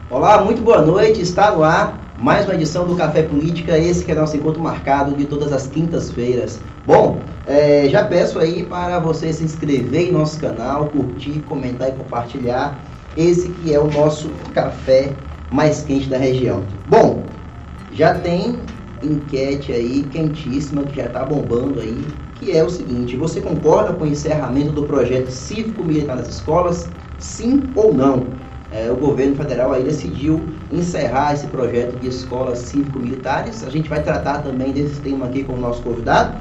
Olá, muito boa noite, está no ar mais uma edição do Café Política, esse que é nosso encontro marcado de todas as quintas-feiras. Bom, já peço aí para você se inscrever em nosso canal, curtir, comentar e compartilhar esse que é o nosso café mais quente da região. Bom, já tem enquete aí quentíssima que já está bombando aí, que é o seguinte: você concorda com o encerramento do projeto cívico-militar nas escolas? Sim ou não? O governo federal aí decidiu encerrar esse projeto de escolas cívico-militares. A gente vai tratar também desse tema aqui com o nosso convidado.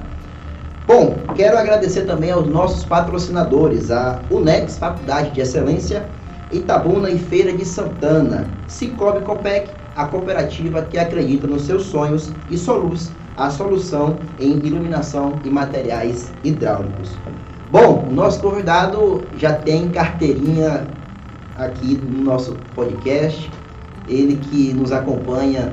Bom, quero agradecer também aos nossos patrocinadores, a UNEX, Faculdade de Excelência, Itabuna e Feira de Santana, Cicobi Copec, a cooperativa que acredita nos seus sonhos, e Soluz, a solução em iluminação e materiais hidráulicos. Bom, o nosso convidado já tem carteirinha aqui no nosso podcast, ele que nos acompanha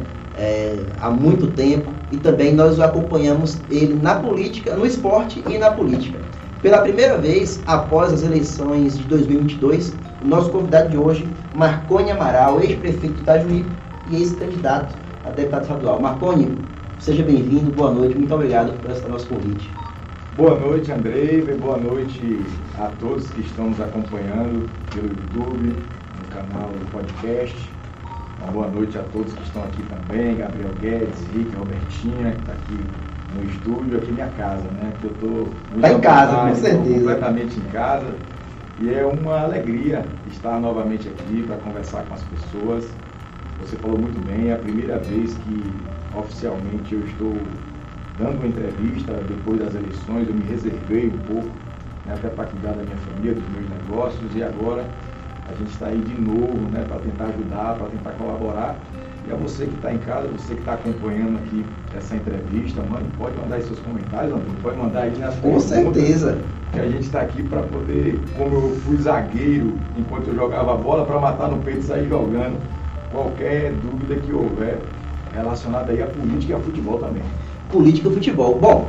há muito tempo, e também nós o acompanhamos ele na política, no esporte e na política. Pela primeira vez, após as eleições de 2022, o nosso convidado de hoje, Marconi Amaral, ex-prefeito de Itajuí e ex-candidato a deputado estadual. Marconi, seja bem-vindo, boa noite, muito obrigado por esse nosso convite. Boa noite, Andrei, boa noite a todos que estão nos acompanhando pelo YouTube, no canal do podcast. Uma boa noite a todos que estão aqui também, Gabriel Guedes, Rick, Robertinha, que está aqui no estúdio, aqui minha casa, né? Que eu estou muito em casa, com certeza. Completamente em casa. E é uma alegria estar novamente aqui para conversar com as pessoas. Você falou muito bem, é a primeira vez que oficialmente eu estou dando uma entrevista depois das eleições. Eu me reservei um pouco, né, até para cuidar da minha família, dos meus negócios, e agora a gente está aí de novo, né, para tentar ajudar, para tentar colaborar. E a você que está em casa, você que está acompanhando aqui essa entrevista, pode mandar aí seus comentários, pode mandar aí nas perguntas. Com certeza. Que a gente está aqui para poder, como eu fui zagueiro enquanto eu jogava a bola, para matar no peito e sair jogando. Qualquer dúvida que houver relacionada aí à política e ao futebol também. Política e futebol. Bom,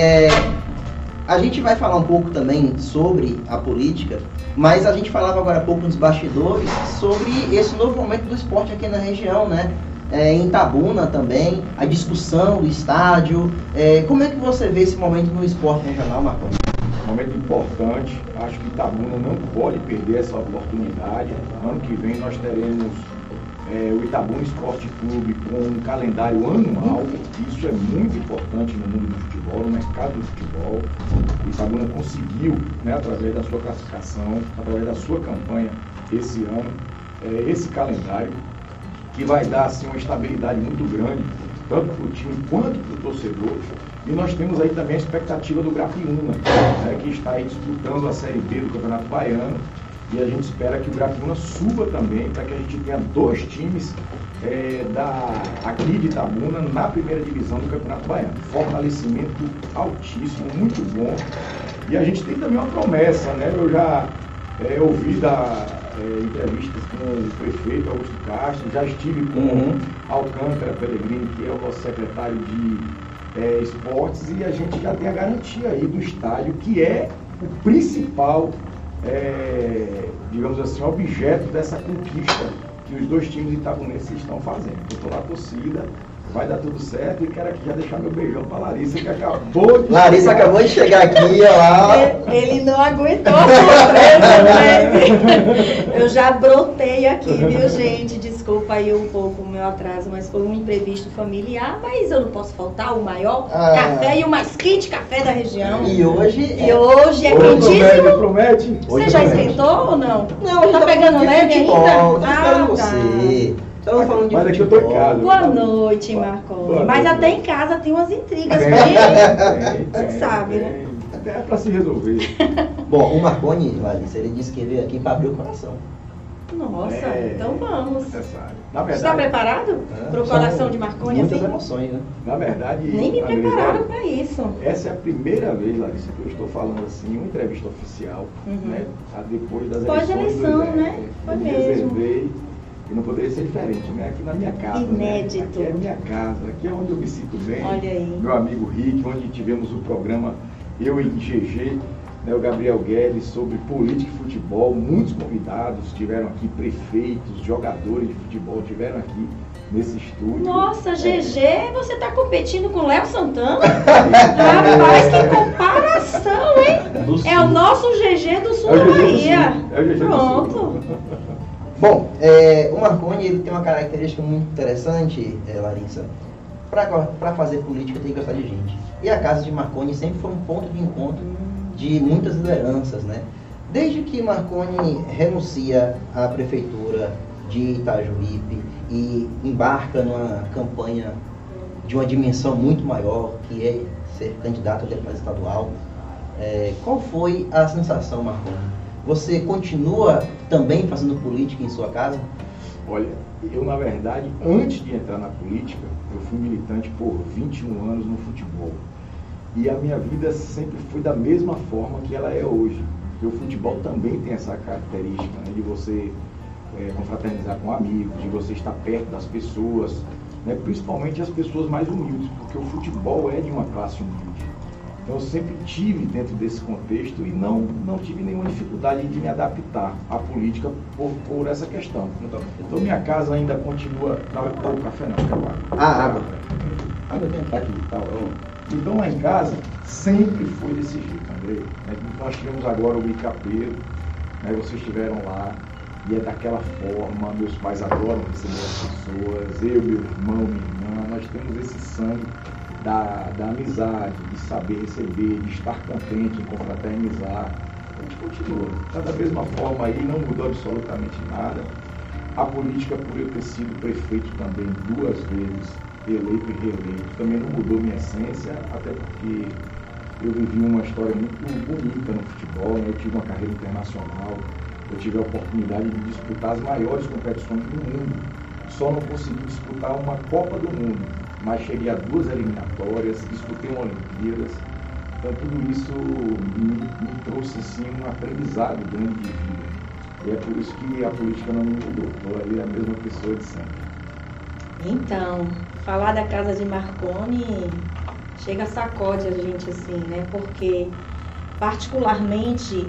a gente vai falar um pouco também sobre a política, mas a gente falava agora há pouco nos bastidores sobre esse novo momento do esporte aqui na região, né? Em Itabuna também, a discussão do estádio. Como é que você vê esse momento no esporte regional, Marconi? Um momento importante. Acho que Itabuna não pode perder essa oportunidade. Ano que vem nós teremos o Itabuna Esporte Clube com um calendário anual. Isso é muito importante no mundo do futebol, no mercado do futebol. O Itabuna conseguiu, né, através da sua classificação, através da sua campanha esse ano, esse calendário que vai dar assim, uma estabilidade muito grande, tanto para o time quanto para o torcedor. E nós temos aí também a expectativa do Grafiúna, né, que está aí disputando a Série B do Campeonato Baiano. E a gente espera que o Grafiúna suba também, para que a gente tenha dois times aqui de Itabuna na primeira divisão do Campeonato Baiano. Fortalecimento altíssimo, muito bom. E a gente tem também uma promessa, né? Eu já ouvi entrevistas com o prefeito Augusto Castro, já estive com Alcântara Pellegrini, que é o nosso secretário de esportes, e a gente já tem a garantia aí do estádio, que é o principal digamos assim, objeto dessa conquista que os dois times itabunenses estão fazendo. Eu estou na torcida, vai dar tudo certo, e quero aqui já deixar meu beijão para Larissa, que acabou de Larissa chegar. Acabou de chegar aqui, olha lá. Ele não aguentou a surpresa, né? Eu já brotei aqui, viu, gente? Desculpa aí um pouco o meu atraso, mas foi um imprevisto familiar, mas eu não posso faltar o maior café e o mais quente café da região. E hoje é quentíssimo. Promete. Você já esquentou ou não? Não, tá pegando leve ainda? Tô esperando você. Estamos falando de Mas aqui eu tô em casa. Boa noite, Marconi. Mas até em casa tem umas intrigas. Você sabe, né? Até para se resolver. Bom, o Marconi, Larissa, ele disse que veio aqui para abrir o coração. Nossa, então vamos. Necessário. Na verdade, está preparado para o coração de Marconi? Muitas assim? emoções, né? Na verdade, nem me prepararam para isso. Essa é a primeira vez, Larissa, que eu estou falando assim, uma entrevista oficial, né? Depois das eleições. Pós-eleição, né? Foi eu me mesmo. Reservei, e não poderia ser diferente, né? Aqui na minha casa. Inédito. Né? Aqui é minha casa, aqui é onde eu me sinto bem. Olha aí. Meu amigo Rick, onde tivemos o programa, eu e GG, né, o Gabriel Guedes, sobre política e futebol. Muitos convidados tiveram aqui, prefeitos, jogadores de futebol tiveram aqui nesse estúdio. Nossa, GG, você tá competindo com o Léo Santana? Rapaz, que comparação, hein? É o nosso GG do Sul da Bahia. É o GG Pronto. do Sul. Bom, o Marconi ele tem uma característica muito interessante, Larissa. Para fazer política tem que gostar de gente. E a casa de Marconi sempre foi um ponto de encontro de muitas lideranças, né? Desde que Marconi renuncia à prefeitura de Itajuípe e embarca numa campanha de uma dimensão muito maior, que é ser candidato a deputado estadual, qual foi a sensação, Marconi? Você continua também fazendo política em sua casa? Olha, eu na verdade, antes de entrar na política, eu fui militante por 21 anos no futebol. E a minha vida sempre foi da mesma forma que ela é hoje. Porque o futebol também tem essa característica, né, de você confraternizar com amigos, de você estar perto das pessoas, né, principalmente as pessoas mais humildes, porque o futebol é de uma classe humilde. Então eu sempre tive dentro desse contexto e não tive nenhuma dificuldade de me adaptar à política por essa questão. Então minha casa ainda continua... Não, o café não, quero água. Água. Água tem aqui e tal. Então lá em casa sempre foi desse jeito, André. Nós tivemos agora o Icapeiro, né, vocês estiveram lá, e é daquela forma. Meus pais adoram receber as pessoas, eu, meu irmão, minha irmã, nós temos esse sangue da amizade, de saber receber, de estar contente em confraternizar. A gente continua, está da mesma forma aí, não mudou absolutamente nada. A política, por eu ter sido prefeito também 2 vezes, eleito e reeleito, também não mudou minha essência, até porque eu vivi uma história muito bonita no futebol, né? Eu tive uma carreira internacional, eu tive a oportunidade de disputar as maiores competições do mundo. Só não consegui disputar uma Copa do Mundo, mas cheguei a 2 eliminatórias, disputei uma Olimpíadas. Então tudo isso me trouxe assim, um aprendizado grande de vida. E é por isso que a política não me mudou. Estou ali a mesma pessoa de sempre. Então, falar da casa de Marconi chega a sacode a gente assim, né? Porque particularmente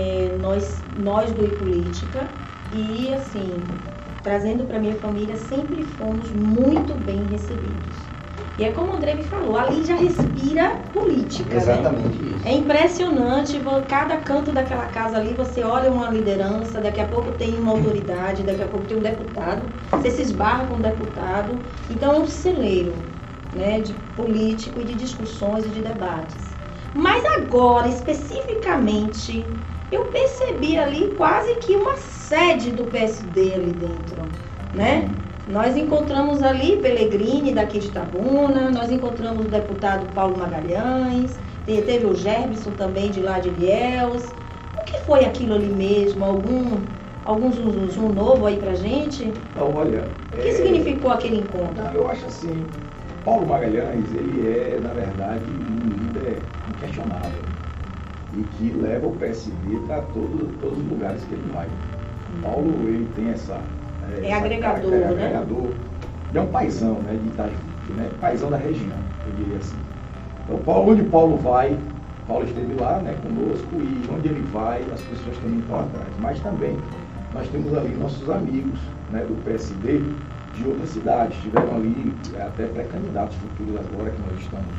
nós do iPolítica e assim, trazendo para minha família, sempre fomos muito bem recebidos. E é como o André me falou, ali já respira política. Exatamente, né? isso. É impressionante, cada canto daquela casa ali, você olha uma liderança, daqui a pouco tem uma autoridade, daqui a pouco tem um deputado, você se esbarra com um deputado. Então é um celeiro, né, de político e de discussões e de debates. Mas agora, especificamente, eu percebi ali quase que uma sede do PSD ali dentro, né? Nós encontramos ali Pellegrini daqui de Itabuna, nós encontramos o deputado Paulo Magalhães, teve o Gerbson também de lá de Ilhéus. O que foi aquilo ali mesmo? Algum zoom novo aí pra gente? Então, olha... O que significou aquele encontro? Eu acho assim, Paulo Magalhães, ele é, na verdade, um líder inquestionável e que leva o PSD para todos os lugares que ele vai. Paulo, ele tem essa agregador, né? Agregador. Ele é um paizão, né, de Itajuípe, né? Paizão da região, eu diria assim. Então, onde Paulo vai, Paulo esteve lá, né, conosco, e onde ele vai, as pessoas também estão atrás. Mas também, nós temos ali nossos amigos, né, do PSD, de outras cidades. Tiveram ali até pré-candidatos futuros agora, que nós estamos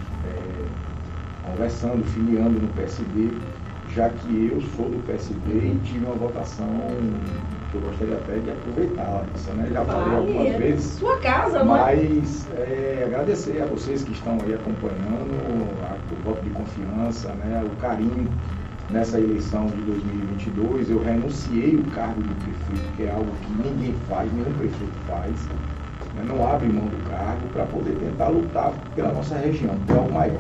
conversando, filiando no PSD, já que eu sou do PSD e tive uma votação que eu gostaria até de aproveitar isso, né? Já falei algumas vezes. Sua casa, mas agradecer a vocês que estão aí acompanhando, o voto de confiança, né? O carinho nessa eleição de 2022. Eu renunciei o cargo do prefeito, que é algo que ninguém faz, nenhum prefeito faz, né? Não abre mão do cargo para poder tentar lutar pela nossa região, que é o maior.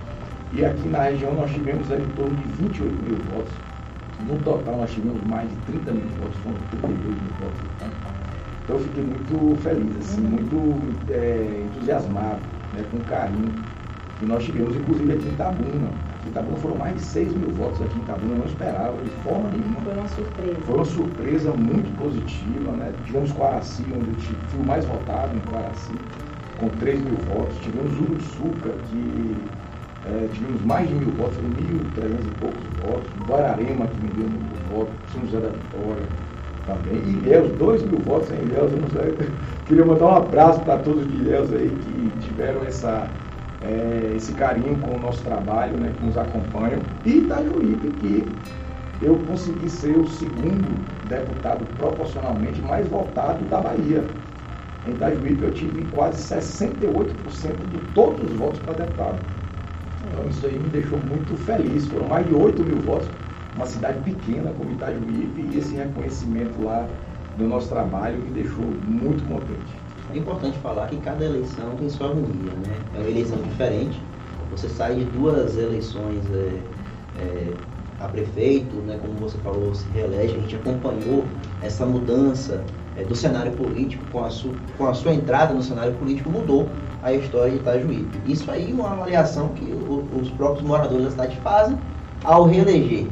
E aqui na região nós tivemos em torno de 28 mil votos. No total nós tivemos mais de 30 mil votos, foram 32 mil votos. Então eu fiquei muito feliz, assim, muito entusiasmado, né, com carinho que nós tivemos, inclusive aqui em Itabuna. Aqui em Itabuna foram mais de 6 mil votos aqui em Itabuna, eu não esperava de forma nenhuma. Foi uma surpresa. Foi uma surpresa muito positiva, né? Tivemos Quaraci, onde eu fui o mais votado em Quaraci, com 3 mil votos. Tivemos Uruçuca, que tivemos mais de 1.000 votos, 1.300 e poucos votos, Guararema, que me deu muito voto, São José da Vitória também, e Ilhéus, 2.000 votos em Ilhéus, eu não sei, queria mandar um abraço para todos de Ilhéus aí que tiveram esse carinho com o nosso trabalho, né, que nos acompanham, e Itajuípe, que eu consegui ser o segundo deputado proporcionalmente mais votado da Bahia. Em Itajuípe eu tive quase 68% de todos os votos para deputado. Então isso aí me deixou muito feliz. Foram mais de 8.000 votos, uma cidade pequena como Itajuípe, e esse reconhecimento lá do nosso trabalho me deixou muito contente. É importante falar que cada eleição tem sua harmonia, né? É uma eleição diferente. Você sai de duas eleições a prefeito, né? Como você falou, se reelege. A gente acompanhou essa mudança do cenário político, com a sua entrada no cenário político, mudou a história de Itajuípe. Isso aí é uma avaliação que os próprios moradores da cidade fazem ao reeleger.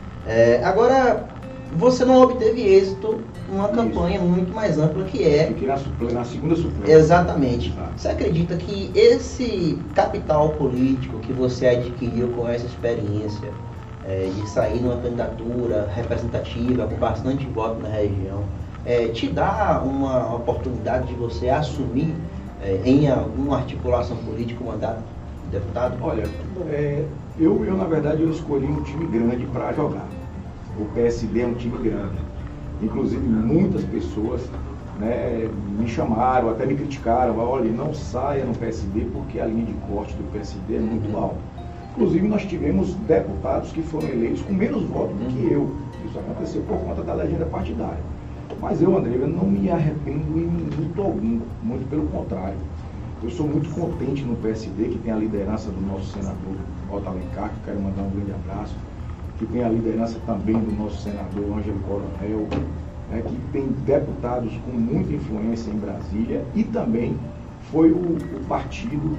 Agora, você não obteve êxito numa campanha muito mais ampla que é... Fiquei na segunda suplência. Exatamente. Você acredita que esse capital político que você adquiriu com essa experiência de sair numa candidatura representativa, com bastante voto na região, te dá uma oportunidade de você assumir em alguma articulação política o mandato de deputado? Olha, eu na verdade eu escolhi um time grande para jogar. O PSD é um time grande. Inclusive muitas pessoas, né, me chamaram, até me criticaram, olha, não saia no PSD porque a linha de corte do PSD é muito alta. Inclusive nós tivemos deputados que foram eleitos com menos votos do que eu. Isso aconteceu por conta da legenda partidária. Mas eu, André, eu não me arrependo em minuto algum, muito pelo contrário. Eu sou muito contente no PSD, que tem a liderança do nosso senador Otto Alencar, que quero mandar um grande abraço, que tem a liderança também do nosso senador Ângelo Coronel, né, que tem deputados com muita influência em Brasília, e também foi o partido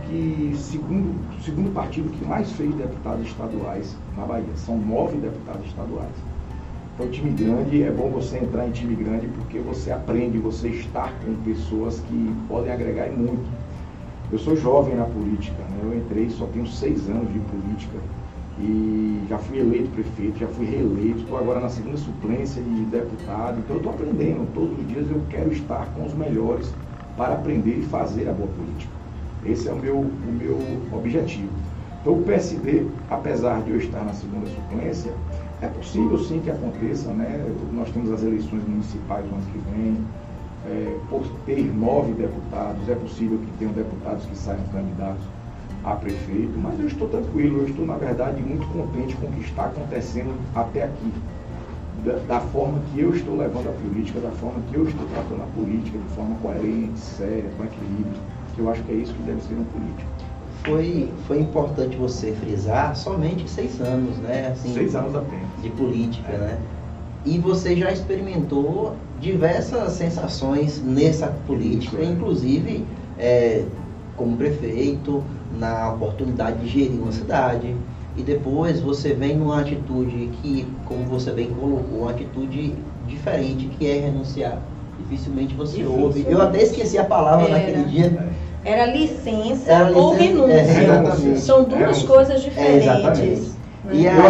segundo partido que mais fez deputados estaduais na Bahia. São 9 deputados estaduais. Então, time grande, é bom você entrar em time grande porque você aprende, você estar com pessoas que podem agregar muito. Eu sou jovem na política, né? Eu entrei, só tenho 6 anos de política e já fui eleito prefeito, já fui reeleito, estou agora na segunda suplência de deputado, então eu estou aprendendo, todos os dias eu quero estar com os melhores para aprender e fazer a boa política. Esse é o meu objetivo. Então o PSD, apesar de eu estar na segunda suplência, é possível sim que aconteça, né? Nós temos as eleições municipais no ano que vem, por ter 9 deputados, é possível que tenham deputados que saiam candidatos a prefeito, mas eu estou tranquilo, eu estou na verdade muito contente com o que está acontecendo até aqui, da forma que eu estou levando a política, da forma que eu estou tratando a política, de forma coerente, séria, com equilíbrio, que eu acho que é isso que deve ser um político. Foi importante você frisar somente 6 anos, né? Assim, 6 anos apenas. De política, né? E você já experimentou diversas sensações nessa política, inclusive como prefeito, na oportunidade de gerir uma cidade. E depois você vem numa atitude que, como você bem colocou, uma atitude diferente, que é renunciar. Dificilmente você ouve. Eu até esqueci a palavra naquele dia. Era licença ou renúncia. São duas coisas diferentes. Né? E aí... Eu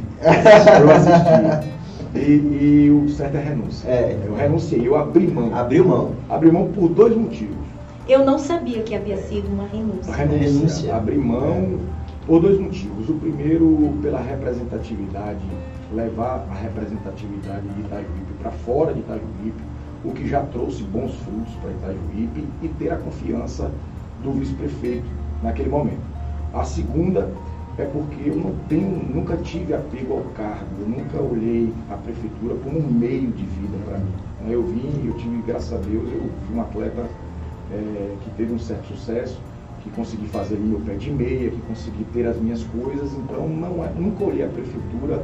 assisti. E o certo é renúncia. Eu renunciei, eu abri mão. Abriu mão. Abri mão por 2 motivos. Eu não sabia que havia sido uma renúncia. Renúncia. Abri mão por 2 motivos. O primeiro, pela representatividade, levar a representatividade de Itajuípe para fora de Itajuípe, o que já trouxe bons frutos para Itajuípe, e ter a confiança do vice-prefeito naquele momento. A segunda é porque eu nunca tive apego ao cargo, eu nunca olhei a prefeitura como um meio de vida para mim. Eu tive, graças a Deus, eu fui um atleta que teve um certo sucesso, que consegui fazer meu pé de meia, que consegui ter as minhas coisas, então nunca olhei a prefeitura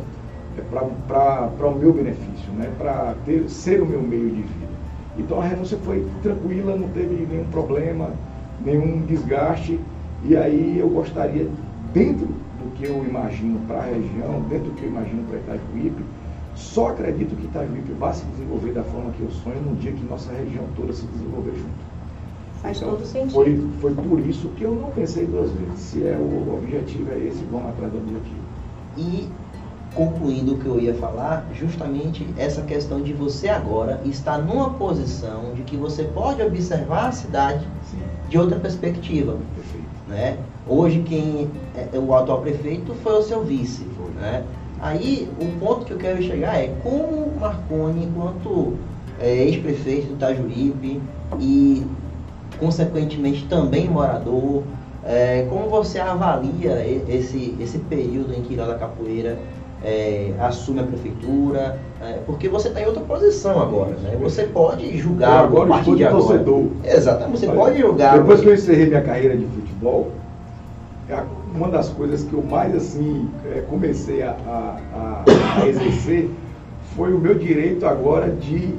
para o meu benefício, né? Para ser o meu meio de vida. Então a renúncia foi tranquila, não teve nenhum problema, nenhum desgaste, e aí eu gostaria, dentro do que eu imagino para a região, dentro do que eu imagino para Itajuípe, só acredito que Itajuípe vai se desenvolver da forma que eu sonho no dia que nossa região toda se desenvolver junto. Faz Então, todo sentido. Foi por isso que eu não pensei duas vezes. Se o objetivo é esse, vamos atrás do objetivo. E concluindo o que eu ia falar, justamente essa questão de você agora estar numa posição de que você pode observar a cidade Sim. de outra perspectiva. Perfeito. Né? Hoje quem é o atual prefeito foi o seu vice. Foi. Né? Aí o ponto que eu quero chegar é como o Marconi, enquanto ex-prefeito do Itajuípe e consequentemente também morador, como você avalia esse período em que Léo da Capoeira assume a prefeitura, porque você está em outra posição agora, né? Você pode julgar agora a partir de agora. Torcedor. Exatamente, você Olha, pode julgar. Depois que eu encerrei minha carreira de futebol, uma das coisas que eu mais assim comecei a exercer foi o meu direito agora de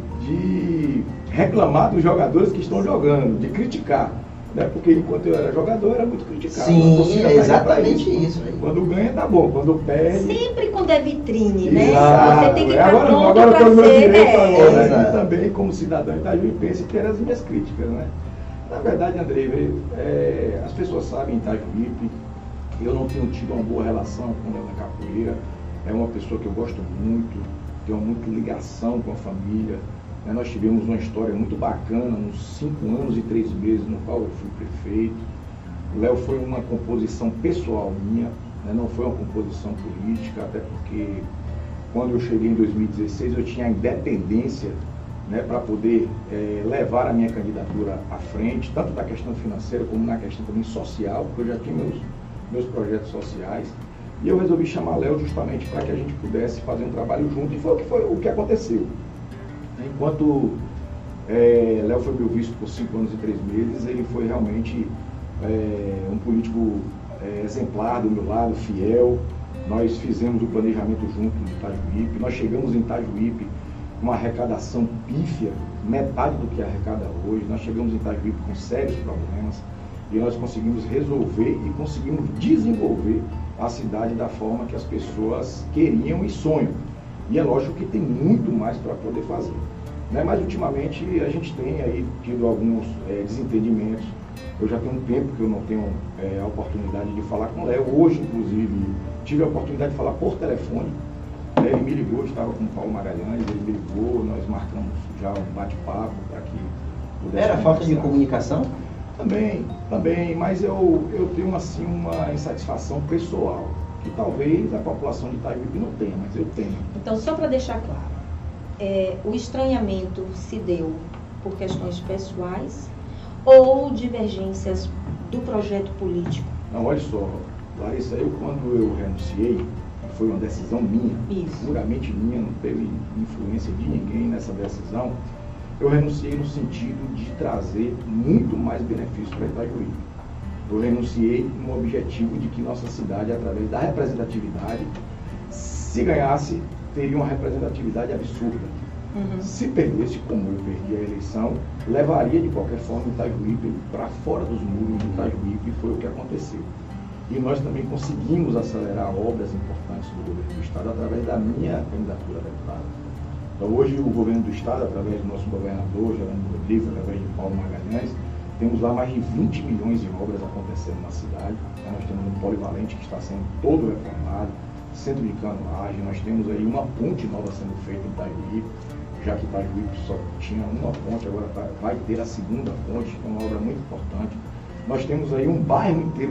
reclamar dos jogadores que estão jogando, de criticar. Né? Porque enquanto eu era jogador, eu era muito criticado. Sim, é exatamente isso. Quando ganha, tá bom. Quando perde... Sempre quando é vitrine, né? Exato. Você tem que estar agora pronto eu para tenho meu ser... direito agora, Exato. e também, como cidadão itajuipense, ter as minhas críticas, né? Na verdade, Andrei, as pessoas sabem, em Itajuípe, eu não tenho tido uma boa relação com o Léo da Capoeira. É uma pessoa que eu gosto muito, tenho muita ligação com a família. Nós tivemos uma história muito bacana, uns 5 anos e 3 meses, no qual eu fui prefeito. O Léo foi uma composição pessoal minha, não foi uma composição política, até porque quando eu cheguei em 2016 eu tinha a independência para poder levar a minha candidatura à frente, tanto da questão financeira como na questão também social, porque eu já tinha meus projetos sociais. E eu resolvi chamar Léo justamente para que a gente pudesse fazer um trabalho junto, e foi o que aconteceu. Enquanto Léo foi meu vice por 5 anos e 3 meses, ele foi realmente um político exemplar do meu lado, fiel. Nós fizemos o planejamento junto de Itajuípe, nós chegamos em Itajuípe com uma arrecadação pífia, metade do que arrecada hoje. Nós chegamos em Itajuípe com sérios problemas e nós conseguimos resolver e conseguimos desenvolver a cidade da forma que as pessoas queriam e sonham. E é lógico que tem muito mais para poder fazer. Mas ultimamente a gente tem aí tido alguns desentendimentos. Eu já tenho um tempo que eu não tenho a oportunidade de falar com o Léo. Hoje, inclusive, tive a oportunidade de falar por telefone. Ele me ligou, eu estava com o Paulo Magalhães, ele me ligou, nós marcamos já um bate-papo para que pudesse... Era falta de comunicação? Também, mas eu tenho assim uma insatisfação pessoal, que talvez a população de Itajuípe não tenha, mas eu tenho. Então, só para deixar claro, o estranhamento se deu por questões pessoais ou divergências do projeto político? Não, olha só, Larissa, quando eu renunciei, foi uma decisão minha, puramente minha, não teve influência de ninguém nessa decisão. Eu renunciei no sentido de trazer muito mais benefícios para Itajuípe. Eu renunciei no objetivo de que nossa cidade, através da representatividade, se ganhasse, teria uma representatividade absurda. Se perdesse, como eu perdi a eleição, levaria de qualquer forma Itajuípe para fora dos muros de Itajuípe, e foi o que aconteceu. E nós também conseguimos acelerar obras importantes do governo do Estado através da minha candidatura a deputado. Então hoje o governo do Estado, através do nosso governador, Geraldo Rodrigues, através de Paulo Magalhães, temos lá mais de 20 milhões de obras acontecendo na cidade. Nós temos um polivalente que está sendo todo reformado, centro de canoagem, nós temos aí uma ponte nova sendo feita em Itajuípe, já que Itajuípe só tinha uma ponte, agora vai ter a segunda ponte, que é uma obra muito importante. Nós temos aí um bairro inteiro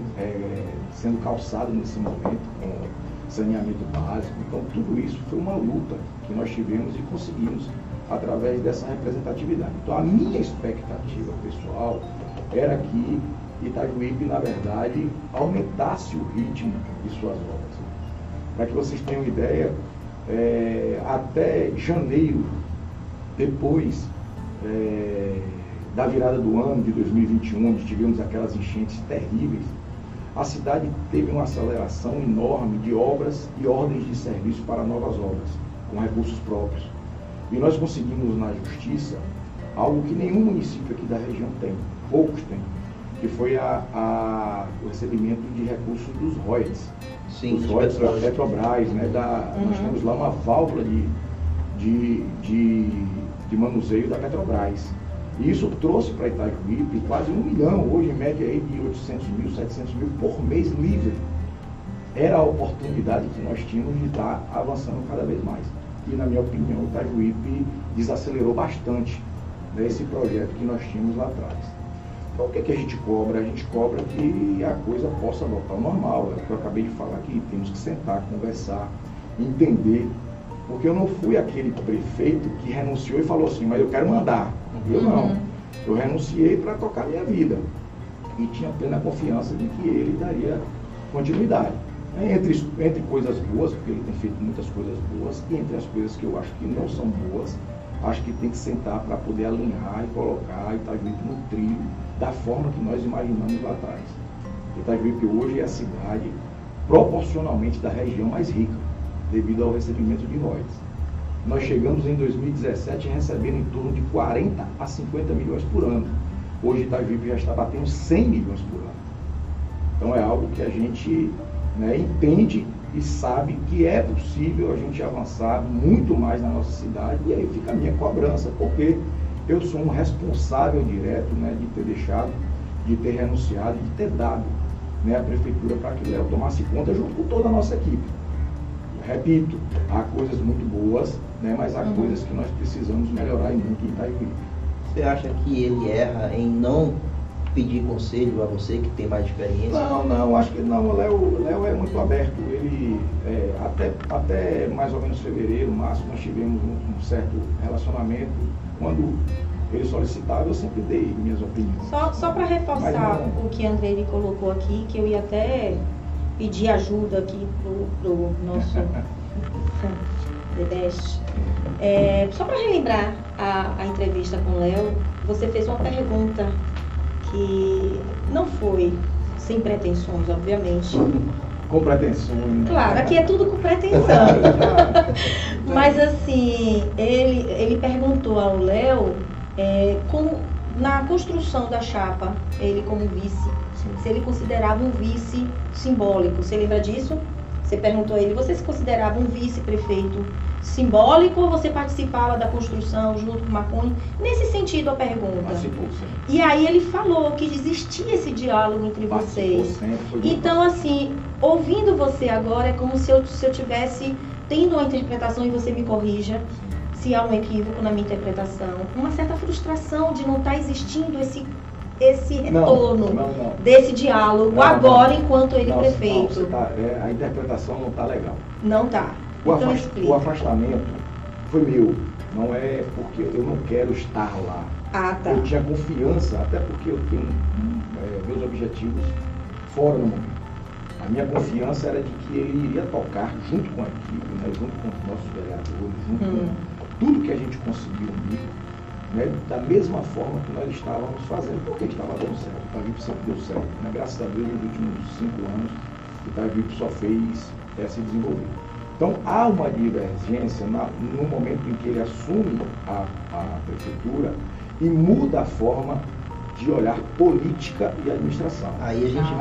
sendo calçado nesse momento, com saneamento básico. Então, tudo isso foi uma luta que nós tivemos e conseguimos através dessa representatividade. Então, a minha expectativa pessoal era que Itajuípe, na verdade, aumentasse o ritmo de suas obras. Para que vocês tenham ideia, até janeiro, depois da virada do ano de 2021, onde tivemos aquelas enchentes terríveis, a cidade teve uma aceleração enorme de obras e ordens de serviço para novas obras, com recursos próprios. E nós conseguimos na Justiça algo que nenhum município aqui da região tem, poucos têm, que foi o recebimento de recursos dos royalties. Sim, dos royalties da Petrobras, né? Nós temos lá uma válvula de manuseio da Petrobras. E isso trouxe para Itajuípe quase 1 milhão, hoje em média aí de 800 mil, 700 mil por mês livre. Era a oportunidade que nós tínhamos de estar avançando cada vez mais. E, na minha opinião, o Itajuípe desacelerou bastante, né, esse projeto que nós tínhamos lá atrás. Então, o que a gente cobra? A gente cobra que a coisa possa voltar ao normal. É o que eu acabei de falar aqui, temos que sentar, conversar, entender. Porque eu não fui aquele prefeito que renunciou e falou assim, mas eu quero mandar. Eu não. Eu renunciei para tocar minha vida. E tinha plena confiança de que ele daria continuidade. Entre coisas boas, porque ele tem feito muitas coisas boas, e entre as coisas que eu acho que não são boas, acho que tem que sentar para poder alinhar e colocar Itajuípe no trilho da forma que nós imaginamos lá atrás. Itajuípe hoje é a cidade proporcionalmente da região mais rica, devido ao recebimento de royalties. Nós chegamos em 2017 recebendo em torno de 40 a 50 milhões por ano. Hoje Itajuípe já está batendo 100 milhões por ano. Então é algo que a gente, né, entende e sabe que é possível a gente avançar muito mais na nossa cidade, e aí fica a minha cobrança, porque eu sou um responsável direto, né, de ter deixado, de ter renunciado, de ter dado, né, a prefeitura para que o Léo tomasse conta junto com toda a nossa equipe. Repito, há coisas muito boas, né, mas há coisas que nós precisamos melhorar e muito em Itajuípe. Você acha que ele erra em não pedir conselho a você que tem mais experiência? Não, acho que não. O Léo é muito aberto. Ele, até mais ou menos fevereiro, março, nós tivemos um certo relacionamento. Quando ele solicitava, eu sempre dei minhas opiniões. Só para reforçar o que André ele colocou aqui, que eu ia até pedir ajuda aqui pro nosso Dedeste. Só para relembrar a entrevista com o Léo, você fez uma pergunta que não foi sem pretensões, obviamente. Com pretensões. Claro, aqui é tudo com pretensão. Mas assim, ele perguntou ao Léo na construção da chapa, ele como vice, se ele considerava um vice simbólico. Você lembra disso? Você perguntou a ele, você se considerava um vice-prefeito simbólico ou você participava da construção junto com o Marconi? Nesse sentido a pergunta. E aí ele falou que existia esse diálogo entre vocês. Então assim, ouvindo você agora é como se eu tivesse tendo uma interpretação, e você me corrija se há um equívoco na minha interpretação, uma certa frustração de não estar existindo esse retorno desse diálogo agora enquanto ele prefeito. A interpretação não está legal. Não está. Então explica. O afastamento foi meu, não é porque eu não quero estar lá. Ah, tá. Eu tinha confiança, até porque eu tenho meus objetivos fora do momento. A minha confiança era de que ele iria tocar junto com a equipe, né, junto com os nossos vereadores, junto com tudo que a gente conseguiu unir, né, da mesma forma que nós estávamos fazendo, porque estava dando certo. O Itajuípe sempre deu certo, né? Graças a Deus, nos últimos 5 anos, o Itajuípe só fez se desenvolver. Então, há uma divergência no momento em que ele assume a prefeitura e muda a forma de olhar política e administração. Aí a gente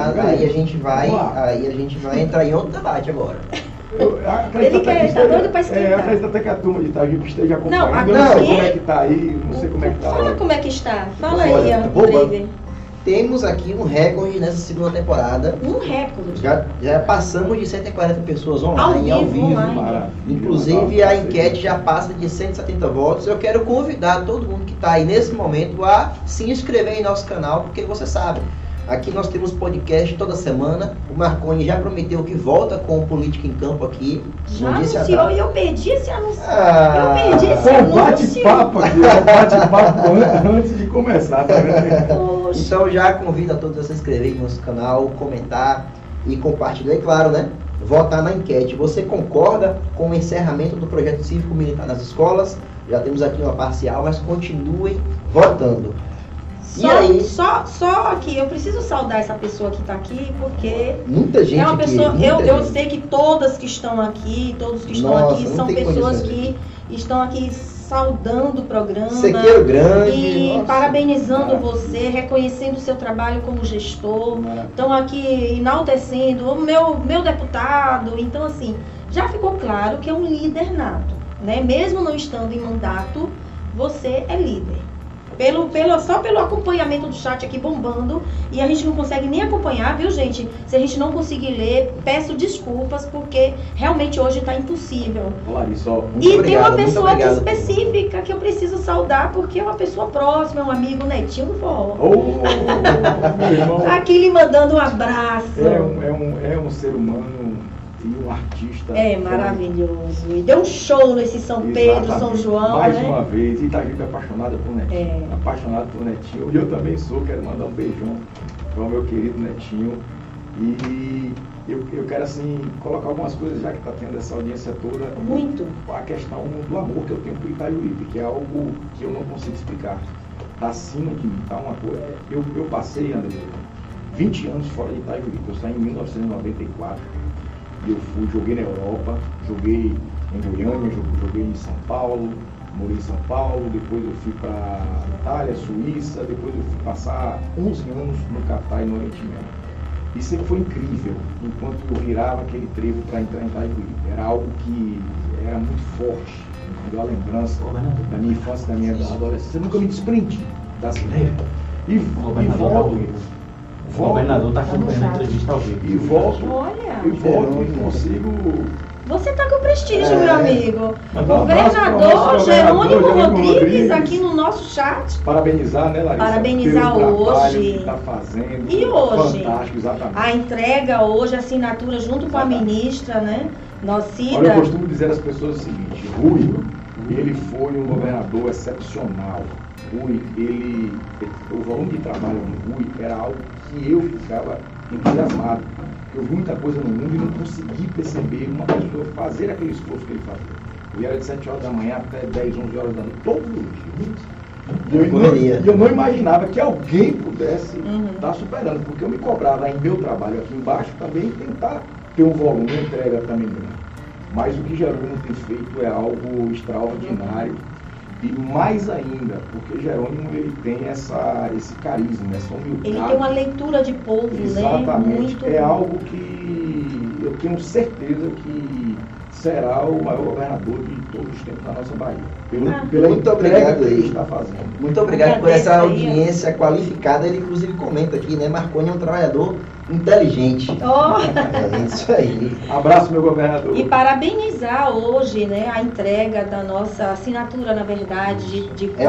vai entrar em outro debate agora. Ele está doido para esquentar. Acredito até que a turma de Itajuípe esteja acompanhando. Não sei como é que está aí, não sei como é que está. Fala como é que está. Fala aí, André. Temos aqui um recorde nessa segunda temporada. Um recorde? Já passamos de 140 pessoas online, ao vivo. Inclusive a enquete já passa de 170 votos. Eu quero convidar todo mundo que está aí nesse momento a se inscrever em nosso canal, porque você sabe, aqui nós temos podcast toda semana. O Marconi já prometeu que volta com o Política em Campo aqui. Já anunciou e eu perdi esse anúncio. Eu perdi esse anúncio. Bate-papo aqui, bate-papo antes de começar. Tá vendo? Então já convido a todos a se inscreverem no nosso canal, comentar e compartilhar. E claro, né? Votar na enquete. Você concorda com o encerramento do projeto cívico-militar nas escolas? Já temos aqui uma parcial, mas continuem votando. Só que eu preciso saudar essa pessoa que está aqui, porque muita gente é uma pessoa. Aqui, eu sei que todas que estão aqui, todos que estão aqui são pessoas que estão aqui saudando o programa e parabenizando você, reconhecendo o seu trabalho como gestor. Estão aqui enaltecendo o meu deputado. Então, assim, já ficou claro que é um líder nato, né? Mesmo não estando em mandato, você é líder. Só pelo acompanhamento do chat aqui bombando, e a gente não consegue nem acompanhar, viu, gente? Se a gente não conseguir ler, peço desculpas, porque realmente hoje está impossível. Larissa, ó, E tem uma pessoa aqui específica que eu preciso saudar, porque é uma pessoa próxima, é um amigo, Netinho do Forró. meu irmão. Aqui lhe mandando um abraço. É um ser humano e um artista. É maravilhoso. E deu um show nesse São Pedro, São João, mais né? uma vez, Itajuípe é apaixonada por Netinho. Apaixonado por Netinho. E eu também sou, quero mandar um beijão para o meu querido Netinho. E eu quero, assim, colocar algumas coisas, já que está tendo essa audiência toda. Muito. A questão do amor que eu tenho por Itajuípe, que é algo que eu não consigo explicar. Está acima de mim, tá uma coisa. Eu passei, André, 20 anos fora de Itajuípe. Eu saí em 1994. Eu joguei na Europa, joguei em Goiânia, joguei em São Paulo, morei em São Paulo, depois eu fui para Itália, Suíça, depois eu fui passar 11 anos no Catar e no Oriente Médio. E sempre foi incrível, enquanto eu virava aquele trevo para entrar em Itajuípe. Era algo que era muito forte, me deu a lembrança da minha infância, da minha adolescência. Eu nunca me desprendi da cidade. E volto. O governador está acompanhando a entrevista ao vivo. E volto e consigo. Você está com prestígio, meu amigo. Mandar um Governador abraço Jerônimo Rodrigues Rodrigues aqui no nosso chat. Parabenizar, né, Larissa? Parabenizar pelo trabalho hoje. que está fazendo. E hoje? Fantástico, exatamente. A entrega hoje, a assinatura junto com a ministra, né? Nocida. Olha, eu costumo dizer às pessoas o seguinte: Rui, ele foi um governador excepcional. Rui, o volume de trabalho do Rui era algo que eu ficava entusiasmado. Eu vi muita coisa no mundo e não consegui perceber uma pessoa fazer aquele esforço que ele fazia. Eu era de 7 horas da manhã até 10, 11 horas da noite, todos os dias. E eu não imaginava que alguém pudesse estar superando, porque eu me cobrava em meu trabalho aqui embaixo também tentar ter um volume, uma entrega também grande. Mas o que Jerônimo tem feito é algo extraordinário. E mais ainda, porque Jerônimo ele tem esse carisma, essa humildade. Ele tem uma leitura de povo, exatamente, né? Muito... É algo que eu tenho certeza que será o maior governador de todos os tempos da nossa Bahia. Pela muito obrigado que ele aí. está fazendo. Muito obrigado por essa audiência qualificada. Ele inclusive comenta aqui, né? Marconi é um trabalhador inteligente. É isso aí. Abraço, meu governador. E parabenizar hoje, né, a entrega da nossa assinatura, na verdade,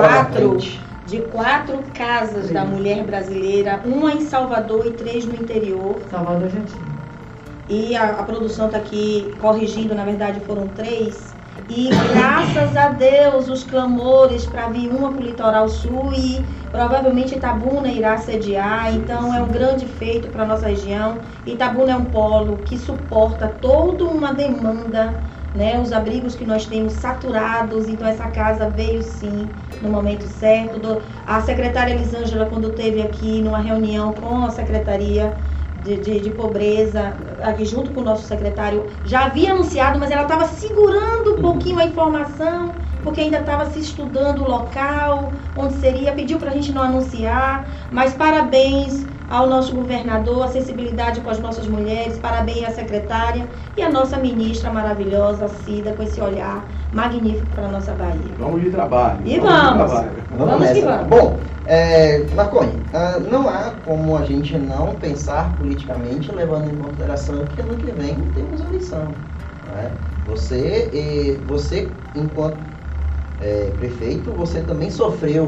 de quatro casas da mulher brasileira, uma em Salvador e 3 no interior. Salvador já tinha. E a produção está aqui corrigindo, na verdade foram 3. E graças a Deus os clamores para vir uma para o Litoral Sul e provavelmente Itabuna irá sediar, então é um grande feito para a nossa região. Itabuna é um polo que suporta toda uma demanda, né? Os abrigos que nós temos saturados, então essa casa veio sim no momento certo. A secretária Elisângela, quando esteve aqui numa reunião com a Secretaria de Pobreza, aqui junto com o nosso secretário, já havia anunciado, mas ela estava segurando um pouquinho a informação, porque ainda estava se estudando o local, onde seria, pediu para a gente não anunciar, mas parabéns ao nosso governador, a sensibilidade com as nossas mulheres, parabéns à secretária e à nossa ministra maravilhosa, Cida, com esse olhar magnífico para a nossa Bahia. Vamos de trabalho. E vamos que vamos. Bom, Marconi, não há como a gente não pensar politicamente, levando em consideração que ano que vem temos eleição. Né? Você, enquanto prefeito, você também sofreu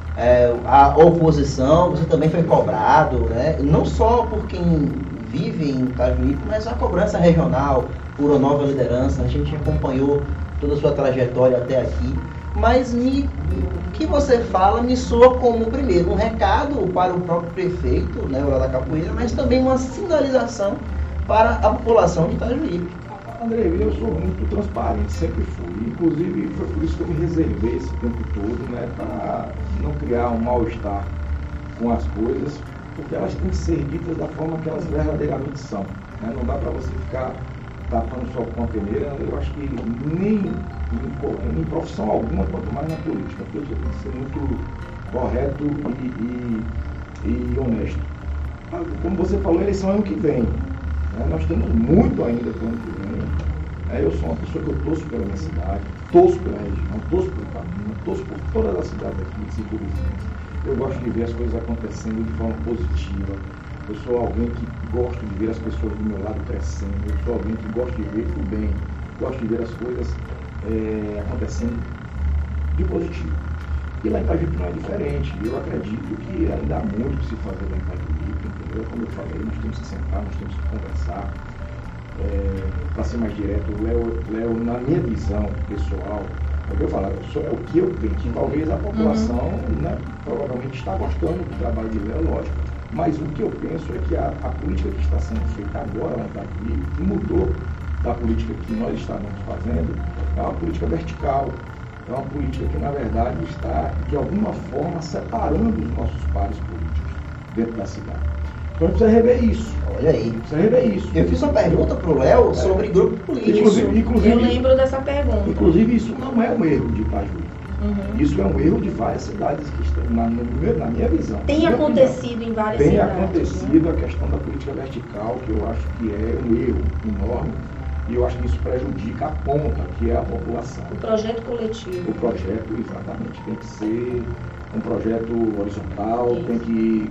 a oposição, você também foi cobrado, né? Não só por quem vive em Itajuípe, mas a cobrança regional por uma nova liderança. A gente acompanhou toda a sua trajetória até aqui, mas o que você fala me soa como, primeiro, um recado para o próprio prefeito, né, Oral da Capoeira, mas também uma sinalização para a população de Itajuípe. André, eu sou muito transparente, sempre fui. Inclusive, foi por isso que eu me reservei esse tempo todo, né, para não criar um mal-estar com as coisas, porque elas têm que ser ditas da forma que elas verdadeiramente são. Né? Não dá para você ficar tapando só com a peneira. Eu acho que nem em profissão alguma, quanto mais na política, porque você tem que ser muito correto e honesto. Como você falou, a eleição é ano que vem. Nós temos muito ainda para o ano que vem. Eu sou uma pessoa que eu torço pela minha cidade. torço pela região, torço pelo caminho, torço por todas as cidades aqui circunvizinhas. Eu gosto de ver as coisas acontecendo de forma positiva. Eu sou alguém que gosto de ver as pessoas do meu lado crescendo. Eu sou alguém que gosta de ver o bem, gosto de ver as coisas acontecendo de positivo. E lá em Itajuípe não é diferente. Eu acredito que ainda há muito que se fazer lá em Itajuípe, entendeu? Como eu falei, nós temos que sentar, nós temos que conversar. Para ser mais direto, Léo, na minha visão pessoal, é o que eu falo, é o que eu penso. Talvez a população, né, provavelmente está gostando do trabalho de Léo, lógico. Mas o que eu penso é que a política que está sendo feita agora lá em Itajuípe, que mudou da política que nós estávamos fazendo, é uma política vertical. É uma política que, na verdade, está, de alguma forma, separando os nossos pares políticos dentro da cidade. Então, a gente precisa rever isso. Olha aí. Precisa rever isso. Eu fiz uma pergunta para o Léo sobre grupo político. Inclusive, eu lembro dessa pergunta. Inclusive, isso não é um erro de Itajuípe. Isso é um erro de várias cidades que estão, na minha visão. Tem acontecido em várias cidades. Tem acontecido a questão da política vertical, que eu acho que é um erro enorme. E eu acho que isso prejudica a ponta, que é a população. O projeto coletivo. O projeto, exatamente. Tem que ser um projeto horizontal, tem que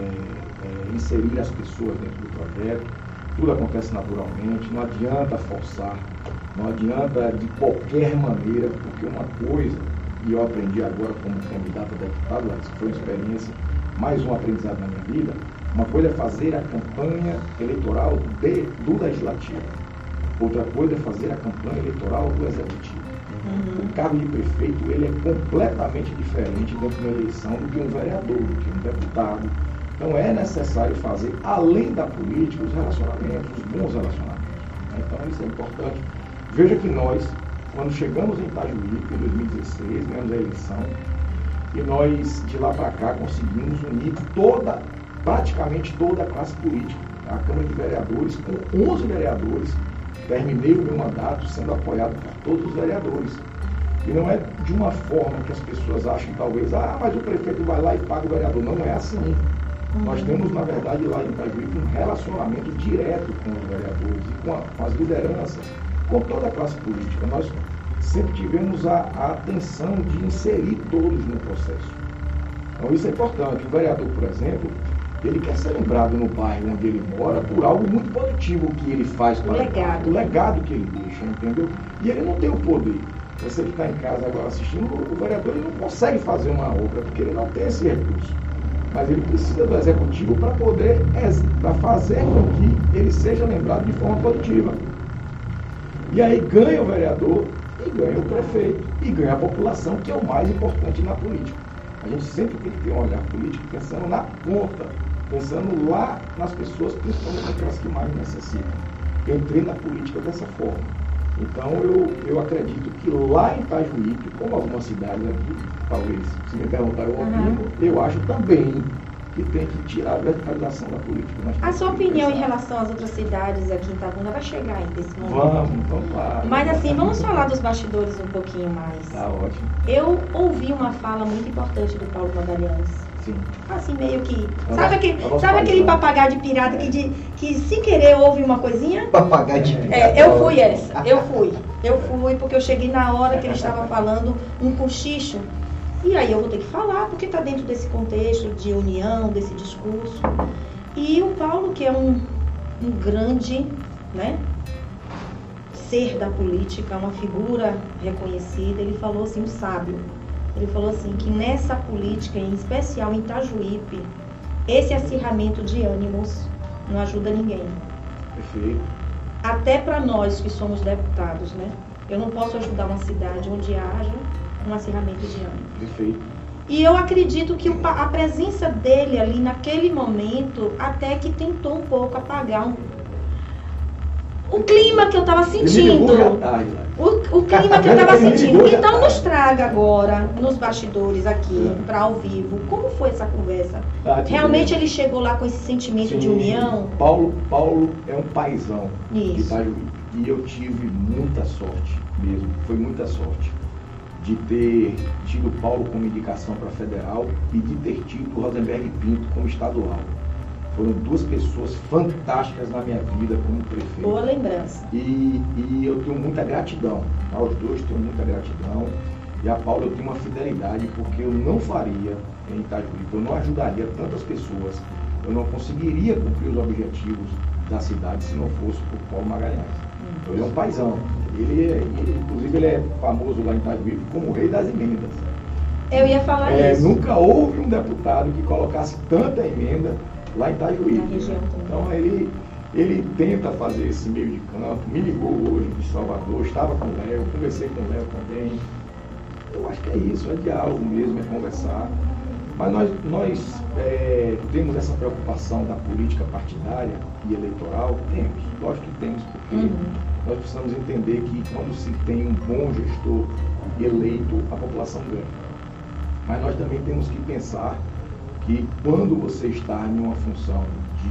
inserir as pessoas dentro do projeto. Tudo acontece naturalmente, não adianta forçar, não adianta de qualquer maneira, porque uma coisa, e eu aprendi agora como candidato a deputado, que foi uma experiência, mais um aprendizado na minha vida, uma coisa é fazer a campanha eleitoral do legislativo. Outra coisa é fazer a campanha eleitoral do executivo. O cargo de prefeito, ele é completamente diferente dentro de uma eleição do que um vereador, do que um deputado. Então é necessário fazer, além da política, os relacionamentos, os bons relacionamentos. Então isso é importante. Veja que nós, quando chegamos em Itajuípe, em 2016, ganhamos a eleição, e nós, de lá para cá, conseguimos unir praticamente toda a classe política. A Câmara de Vereadores, com 11 vereadores, terminei o meu mandato sendo apoiado por todos os vereadores. E não é de uma forma que as pessoas acham, talvez, mas o prefeito vai lá e paga o vereador. Não é assim. Nós temos, na verdade, lá em Itajuípe, um relacionamento direto com os vereadores e com as lideranças, com toda a classe política. Nós sempre tivemos a atenção de inserir todos no processo. Então isso é importante. O vereador, por exemplo, ele quer ser lembrado no bairro onde ele mora por algo muito positivo que ele faz para o legado que ele deixa, entendeu? E ele não tem o poder. Você que está em casa agora assistindo, o vereador ele não consegue fazer uma obra, porque ele não tem esse recurso. Mas ele precisa do executivo para poder fazer com que ele seja lembrado de forma positiva. E aí ganha o vereador, e ganha o prefeito, e ganha a população, que é o mais importante na política. A gente sempre tem que ter um olhar político pensando na ponta, pensando lá nas pessoas, principalmente aquelas que mais necessitam. Eu entrei na política dessa forma. Então eu acredito que lá em Itajuípe, como algumas cidades aqui, talvez, se me perguntarem o opino, eu acho também que tem que tirar a verticalização da política. A sua opinião em relação às outras cidades aqui em Itabuna vai chegar ainda nesse momento? Vamos lá. Mas assim, vamos falar dos bastidores um pouquinho mais. Tá ótimo. Eu ouvi uma fala muito importante do Paulo Magalhães. Sim. Assim, meio que... Sabe aquele papagaio de pirata que sem querer ouve uma coisinha? Papagaio de pirata. Eu fui essa. Eu fui porque eu cheguei na hora que ele estava falando um cochicho. E aí eu vou ter que falar, porque está dentro desse contexto de união, desse discurso. E o Paulo, que é um grande, né, ser da política, uma figura reconhecida, ele falou assim, um sábio. Ele falou assim, que nessa política, em especial em Itajuípe, esse acirramento de ânimos não ajuda ninguém. Perfeito. Até para nós que somos deputados, né? Eu não posso ajudar uma cidade onde haja um acirramento de ânimo. Perfeito. E eu acredito que a presença dele ali naquele momento até que tentou um pouco apagar o clima que eu estava sentindo. O clima que eu estava sentindo. Então nos traga agora, nos bastidores aqui, para ao vivo, como foi essa conversa? Realmente ele chegou lá com esse sentimento de união? Paulo é um paizão de Itajuípe. E eu tive muita sorte mesmo, foi muita sorte de ter tido o Paulo como indicação para federal e de ter tido o Rosenberg Pinto como estadual. Foram 2 pessoas fantásticas na minha vida como prefeito. Boa lembrança. E eu tenho muita gratidão. Aos 2 tenho muita gratidão. E a Paula eu tenho uma fidelidade, porque eu não faria em Itajuípe, eu não ajudaria tantas pessoas, eu não conseguiria cumprir os objetivos da cidade se não fosse por Paulo Magalhães. Então, ele é um paizão. Inclusive, ele é famoso lá em Itajuípe como o rei das emendas. Eu ia falar isso. Nunca houve um deputado que colocasse tanta emenda lá em Itajuípe. Na região também. Então, ele tenta fazer esse meio de campo. Me ligou hoje de Salvador, estava com o Léo, conversei com o Léo também. Eu acho que é isso, é diálogo mesmo, é conversar. Mas nós temos essa preocupação da política partidária e eleitoral? Temos, lógico que temos, porque nós precisamos entender que quando se tem um bom gestor eleito, a população ganha. Mas nós também temos que pensar que quando você está em uma função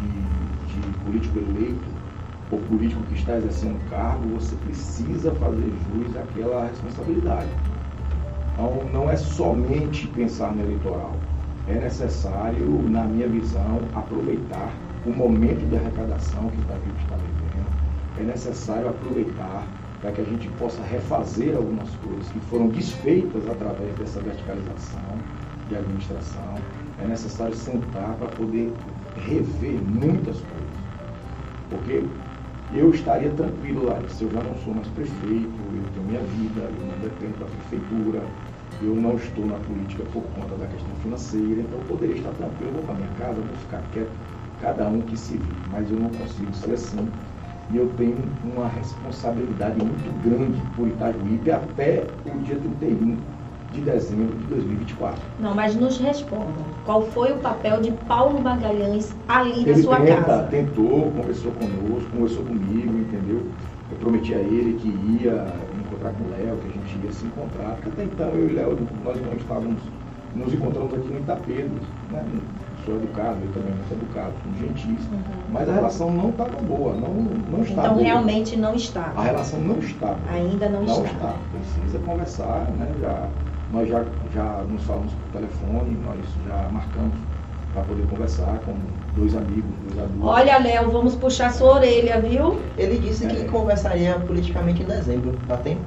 de político eleito, ou político que está exercendo cargo, você precisa fazer jus àquela responsabilidade. Então, não é somente pensar no eleitoral. É necessário, na minha visão, aproveitar o momento de arrecadação que o Itajuípe está vivendo. É necessário aproveitar para que a gente possa refazer algumas coisas que foram desfeitas através dessa verticalização de administração. É necessário sentar para poder rever muitas coisas. Porque eu estaria tranquilo lá, se eu já não sou mais prefeito, eu tenho minha vida, eu não dependo da prefeitura, eu não estou na política por conta da questão financeira, então eu poderia estar tranquilo, eu vou para minha casa, vou ficar quieto, cada um que se vire, mas eu não consigo ser assim. E eu tenho uma responsabilidade muito grande por Itajuípe até o dia 31 de dezembro de 2024. Não, mas nos responda. Qual foi o papel de Paulo Magalhães ali na sua casa? Ele tentou, conversou conosco, conversou comigo, entendeu? Eu prometi a ele que ia encontrar com o Léo, que a gente ia se encontrar, porque até então eu e o Léo, nós não estávamos, nos encontramos aqui no Itapedro, né? Sou educado, eu também muito educado, muito gentis, mas a relação não estava boa, não está então boa. Realmente não está. A relação não está boa. Ainda não está. Precisa conversar, né? Nós já nos falamos por telefone, nós já marcamos para poder conversar com 2 amigos, 2 adultos. Olha, Léo, vamos puxar sua orelha, viu? Ele disse que conversaria politicamente em dezembro. Dá tempo?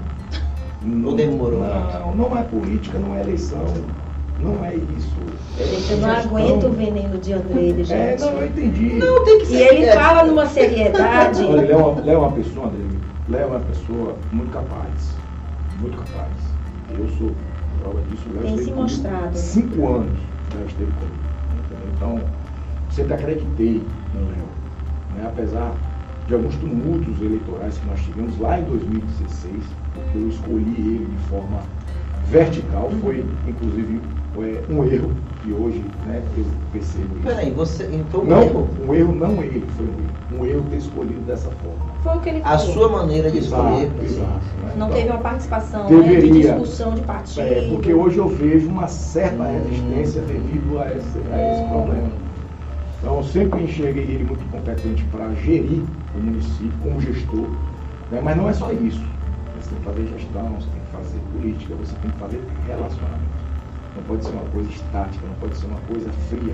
Ou demorou? Não é política, não é eleição. Não é isso. Eu não aguento o veneno de André, gente. Não, eu entendi. Não, tem que ser. E ele fala numa seriedade. Olha, Léo é uma pessoa, André, Léo é uma pessoa muito capaz. Muito capaz. Eu sou prova disso. Léo Tem se mostrado. 5 anos Léo esteve comigo. Entendeu? Então, sempre acreditei no Léo. Né? Apesar de alguns tumultos eleitorais que nós tivemos lá em 2016, porque eu escolhi ele de forma vertical, foi inclusive um erro que hoje, né, eu percebo isso. Peraí, você então um erro não ele, foi um erro ter escolhido dessa forma. Foi o que ele falou. A sua maneira de escolher. Exato, né? Não Então, teve uma participação deveria, de discussão de partido. Porque hoje eu vejo uma certa resistência devido a esse problema. Então eu sempre enxerguei ele muito competente para gerir o município como gestor, né? Mas não é só isso. Você tem que fazer gestão, você tem que fazer política, você tem que fazer relacionamento. Não pode ser uma coisa estática, não pode ser uma coisa fria.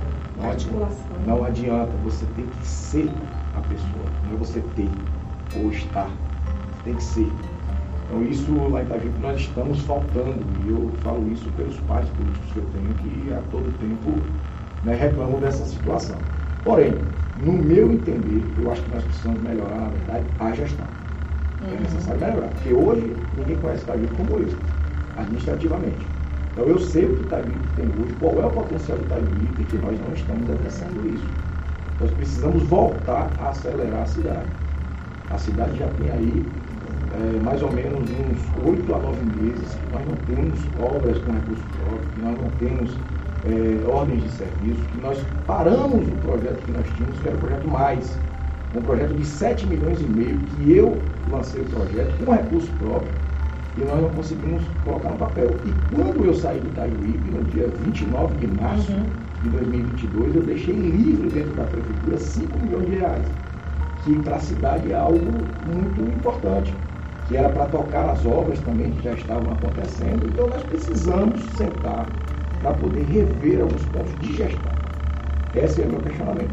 Não adianta, você tem que ser a pessoa, não é você ter ou estar, você tem que ser. Então isso lá em Itajuípe nós estamos faltando, e eu falo isso pelos pais políticos que eu tenho, que a todo tempo, né, reclamam dessa situação. Porém, no meu entender, eu acho que nós precisamos melhorar, na verdade, a gestão. É necessário melhorar, porque hoje ninguém conhece Itajuípe como eu, administrativamente. Então eu sei o que Itajuípe tem hoje, qual é o potencial de Itajuípe, e que nós não estamos exercendo isso. Nós precisamos voltar a acelerar a cidade. A cidade já tem aí mais ou menos uns 8 a 9 meses que nós não temos obras com recurso próprio, que nós não temos ordens de serviço, que nós paramos o projeto que nós tínhamos, que era o projeto Mais, um projeto de 7 milhões e meio, que eu lancei o projeto com recurso próprio, e nós não conseguimos colocar no papel. E quando eu saí do Itajuípe, no dia 29 de março de 2022, eu deixei livre dentro da prefeitura 5 milhões de reais, que para a cidade é algo muito importante, que era para tocar as obras também que já estavam acontecendo. Então nós precisamos sentar para poder rever alguns pontos de gestão. Esse é o meu questionamento.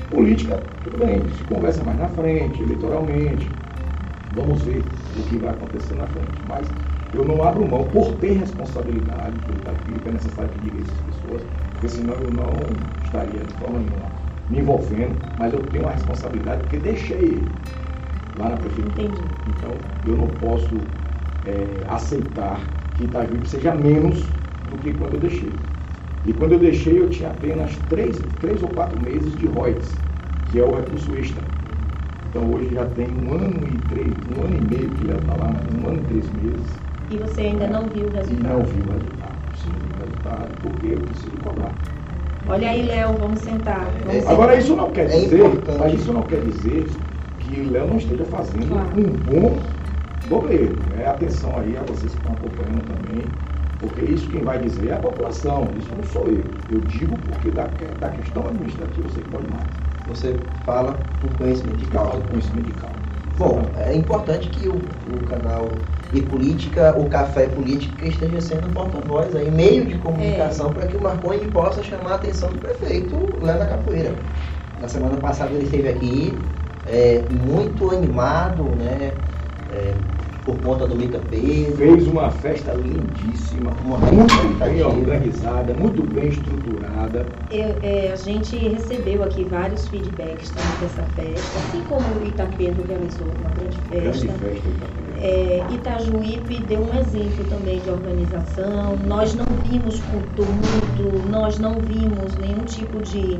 Política, tudo bem, se conversa mais na frente, eleitoralmente, vamos ver o que vai acontecer na frente. Mas eu não abro mão, por ter responsabilidade, por estar aqui, é necessário que diga isso às pessoas, porque senão eu não estaria de forma nenhuma me envolvendo, mas eu tenho uma responsabilidade porque deixei ele lá na prefeitura. Entendi. Então, eu não posso aceitar que Itajuípe seja menos do que quando eu deixei. E quando eu deixei, eu tinha apenas 3 ou 4 meses de royalties, que é o recurso extra. Então, hoje já tem 1 ano e meio que ele está lá, 1 ano e 3 meses. E você ainda não viu o resultado? E não vi o resultado. Preciso do resultado, porque eu preciso cobrar. Olha aí, Léo, vamos sentar. Agora, isso não quer dizer, importante. mas isso não quer dizer que o Léo não esteja fazendo um bom governo. Atenção aí a vocês que estão acompanhando também, porque isso quem vai dizer é a população, isso não sou eu. Eu digo porque da questão administrativa eu sei que pode mais. Você fala por conhecimento de causa. Conhecimento de causa. Bom, é importante que o canal e política, o Café Política, esteja sendo um porta-voz aí, meio de comunicação para que o Marconi possa chamar a atenção do prefeito lá na Capoeira. Na semana passada ele esteve aqui muito animado, né? Por conta do Mica Pedro. Fez uma festa lindíssima, muito bem organizada, muito bem estruturada. A gente recebeu aqui vários feedbacks também dessa festa, assim como o Itapedro realizou uma grande festa. Itajuípe deu um exemplo também de organização. Nós não vimos tumulto, nós não vimos nenhum tipo de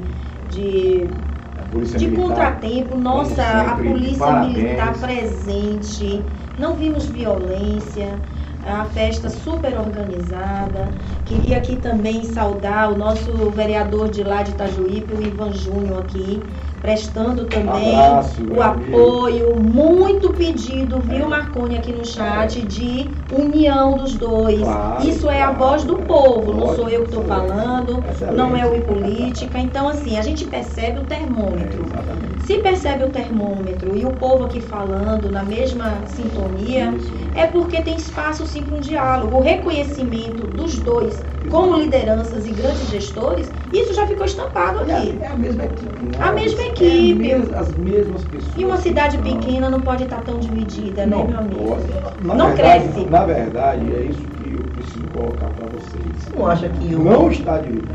contratempo. Nossa, a polícia militar presente. Não vimos violência, a festa super organizada. Queria aqui também saudar o nosso vereador de lá de Itajuípe, o Ivan Júnior aqui, prestando também o apoio, muito pedido, viu, Marconi, aqui no chat, de união dos dois. Isso é a voz do povo, não sou eu que estou falando, não é o Ipolítica. Então, assim, a gente percebe o termômetro. Se percebe o termômetro e o povo aqui falando na mesma sintonia, é porque tem espaço sim para um diálogo. O reconhecimento dos dois como lideranças e grandes gestores, isso já ficou estampado aqui. É a mesma equipe, né? A mesma equipe. As mesmas pessoas. E uma cidade pequena não pode estar tão dividida, né, meu amigo? Não cresce. Na verdade, é isso que eu preciso colocar para vocês. Você não acha que não está dividido.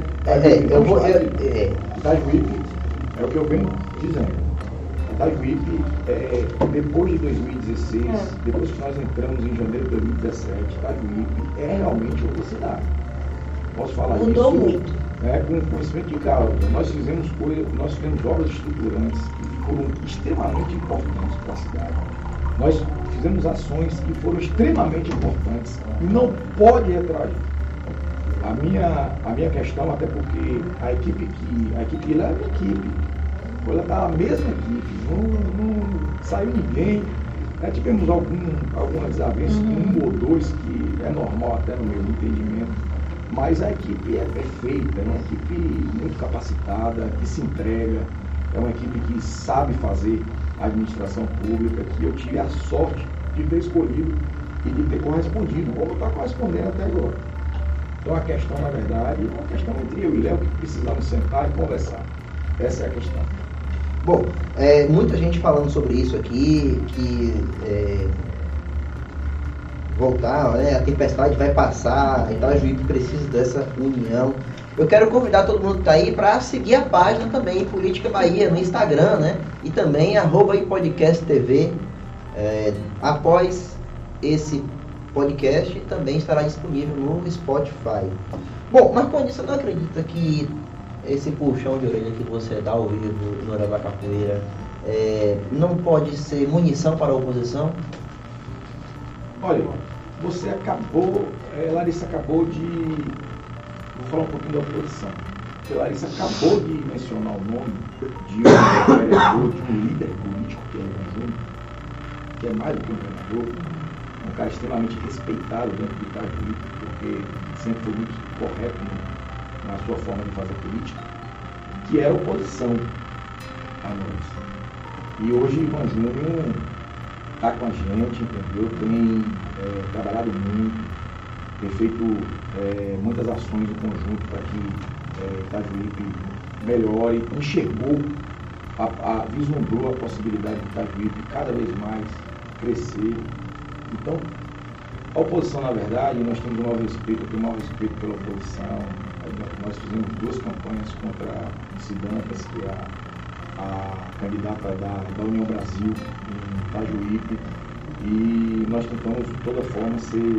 Itajuípe é o que eu venho dizendo. Itajuípe, depois de 2016, depois que nós entramos em janeiro de 2017, Itajuípe é realmente outra cidade. Posso falar isso? Mudou muito. Com conhecimento de causa. Nós fizemos obras estruturantes que foram extremamente importantes para a cidade. Nós fizemos ações que foram extremamente importantes e não pode retrair. A minha questão, até porque a equipe lá é uma equipe. Ela está a mesma equipe, não saiu ninguém. Tivemos algumas desavenças, 1 ou 2, que é normal até no meu entendimento, mas a equipe é perfeita, é uma equipe muito capacitada, que se entrega, é uma equipe que sabe fazer a administração pública, que eu tive a sorte de ter escolhido e de ter correspondido, como está correspondendo até agora. Então a questão, na verdade, é uma questão entre eu e Léo, que precisamos sentar e conversar. Essa é a questão. Bom, muita gente falando sobre isso aqui, que a tempestade vai passar, Itajuípe precisa dessa união. Eu quero convidar todo mundo que está aí para seguir a página também, Política Bahia, no Instagram, né? E também @podcasttv. Após esse podcast, também estará disponível no Spotify. Bom, Marconi, você não acredita que esse puxão de orelha que você dá ao vivo no Hora da Capoeira não pode ser munição para a oposição? Olha, você acabou, Larissa acabou de... Vou falar um pouquinho da oposição. Porque Larissa acabou de mencionar o nome de um vereador, de um líder político, que é o Ivan Júnior, que é mais do que um vereador, um cara extremamente respeitado dentro do Itajuípe, porque sempre foi muito correto na sua forma de fazer política, que era oposição a nós. E hoje Ivan Júnior está com a gente, entendeu? Tem trabalhado muito, tem feito muitas ações em conjunto para que Itajuípe melhore, enxergou vislumbrou a possibilidade de Itajuípe cada vez mais crescer. Então, a oposição, na verdade, nós temos um maior respeito, eu tenho um maior respeito pela oposição. Nós fizemos 2 campanhas contra a Cidantas, que é a candidata da União Brasil em Itajuípe, e nós tentamos de toda forma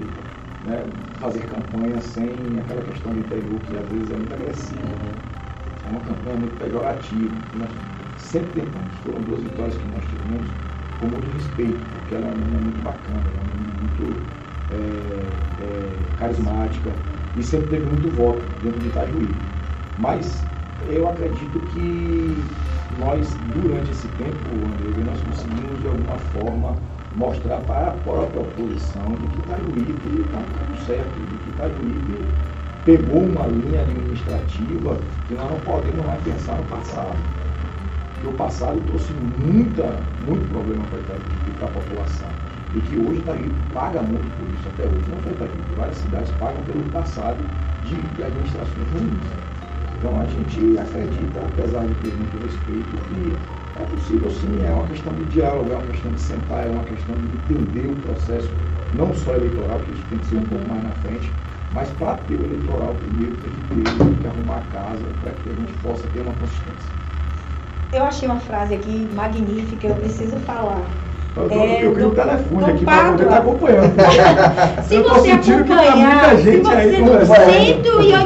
fazer campanha sem aquela questão do interior, que às vezes é muito agressiva. É uma campanha muito pejorativa. Nós sempre tentamos. Foram 2 vitórias que nós tivemos com muito respeito, porque ela é uma menina muito bacana, ela é uma menina muito carismática e sempre teve muito voto dentro de Itajuípe. Mas eu acredito que nós, durante esse tempo, André, nós conseguimos de alguma forma mostrar para a própria oposição de que Itajuípe está tudo certo, de que Itajuípe pegou uma linha administrativa que nós não podemos mais pensar no passado. Porque o passado trouxe muito problema para Itajuípe e para a população. E que hoje Itajuípe paga muito por isso, até hoje. Não foi Itajuípe, várias cidades pagam pelo passado de administrações ruins. Então a gente acredita, apesar de ter muito respeito, que é possível sim, é uma questão de diálogo, é uma questão de sentar, é uma questão de entender o processo, não só eleitoral, que isso tem que ser um pouco mais na frente, mas para ter o eleitoral primeiro tem que arrumar a casa para que a gente possa ter uma consistência. Eu achei uma frase aqui magnífica, eu preciso falar. Eu queria o telefone aqui para poder estar acompanhando. Se você acompanhar, se você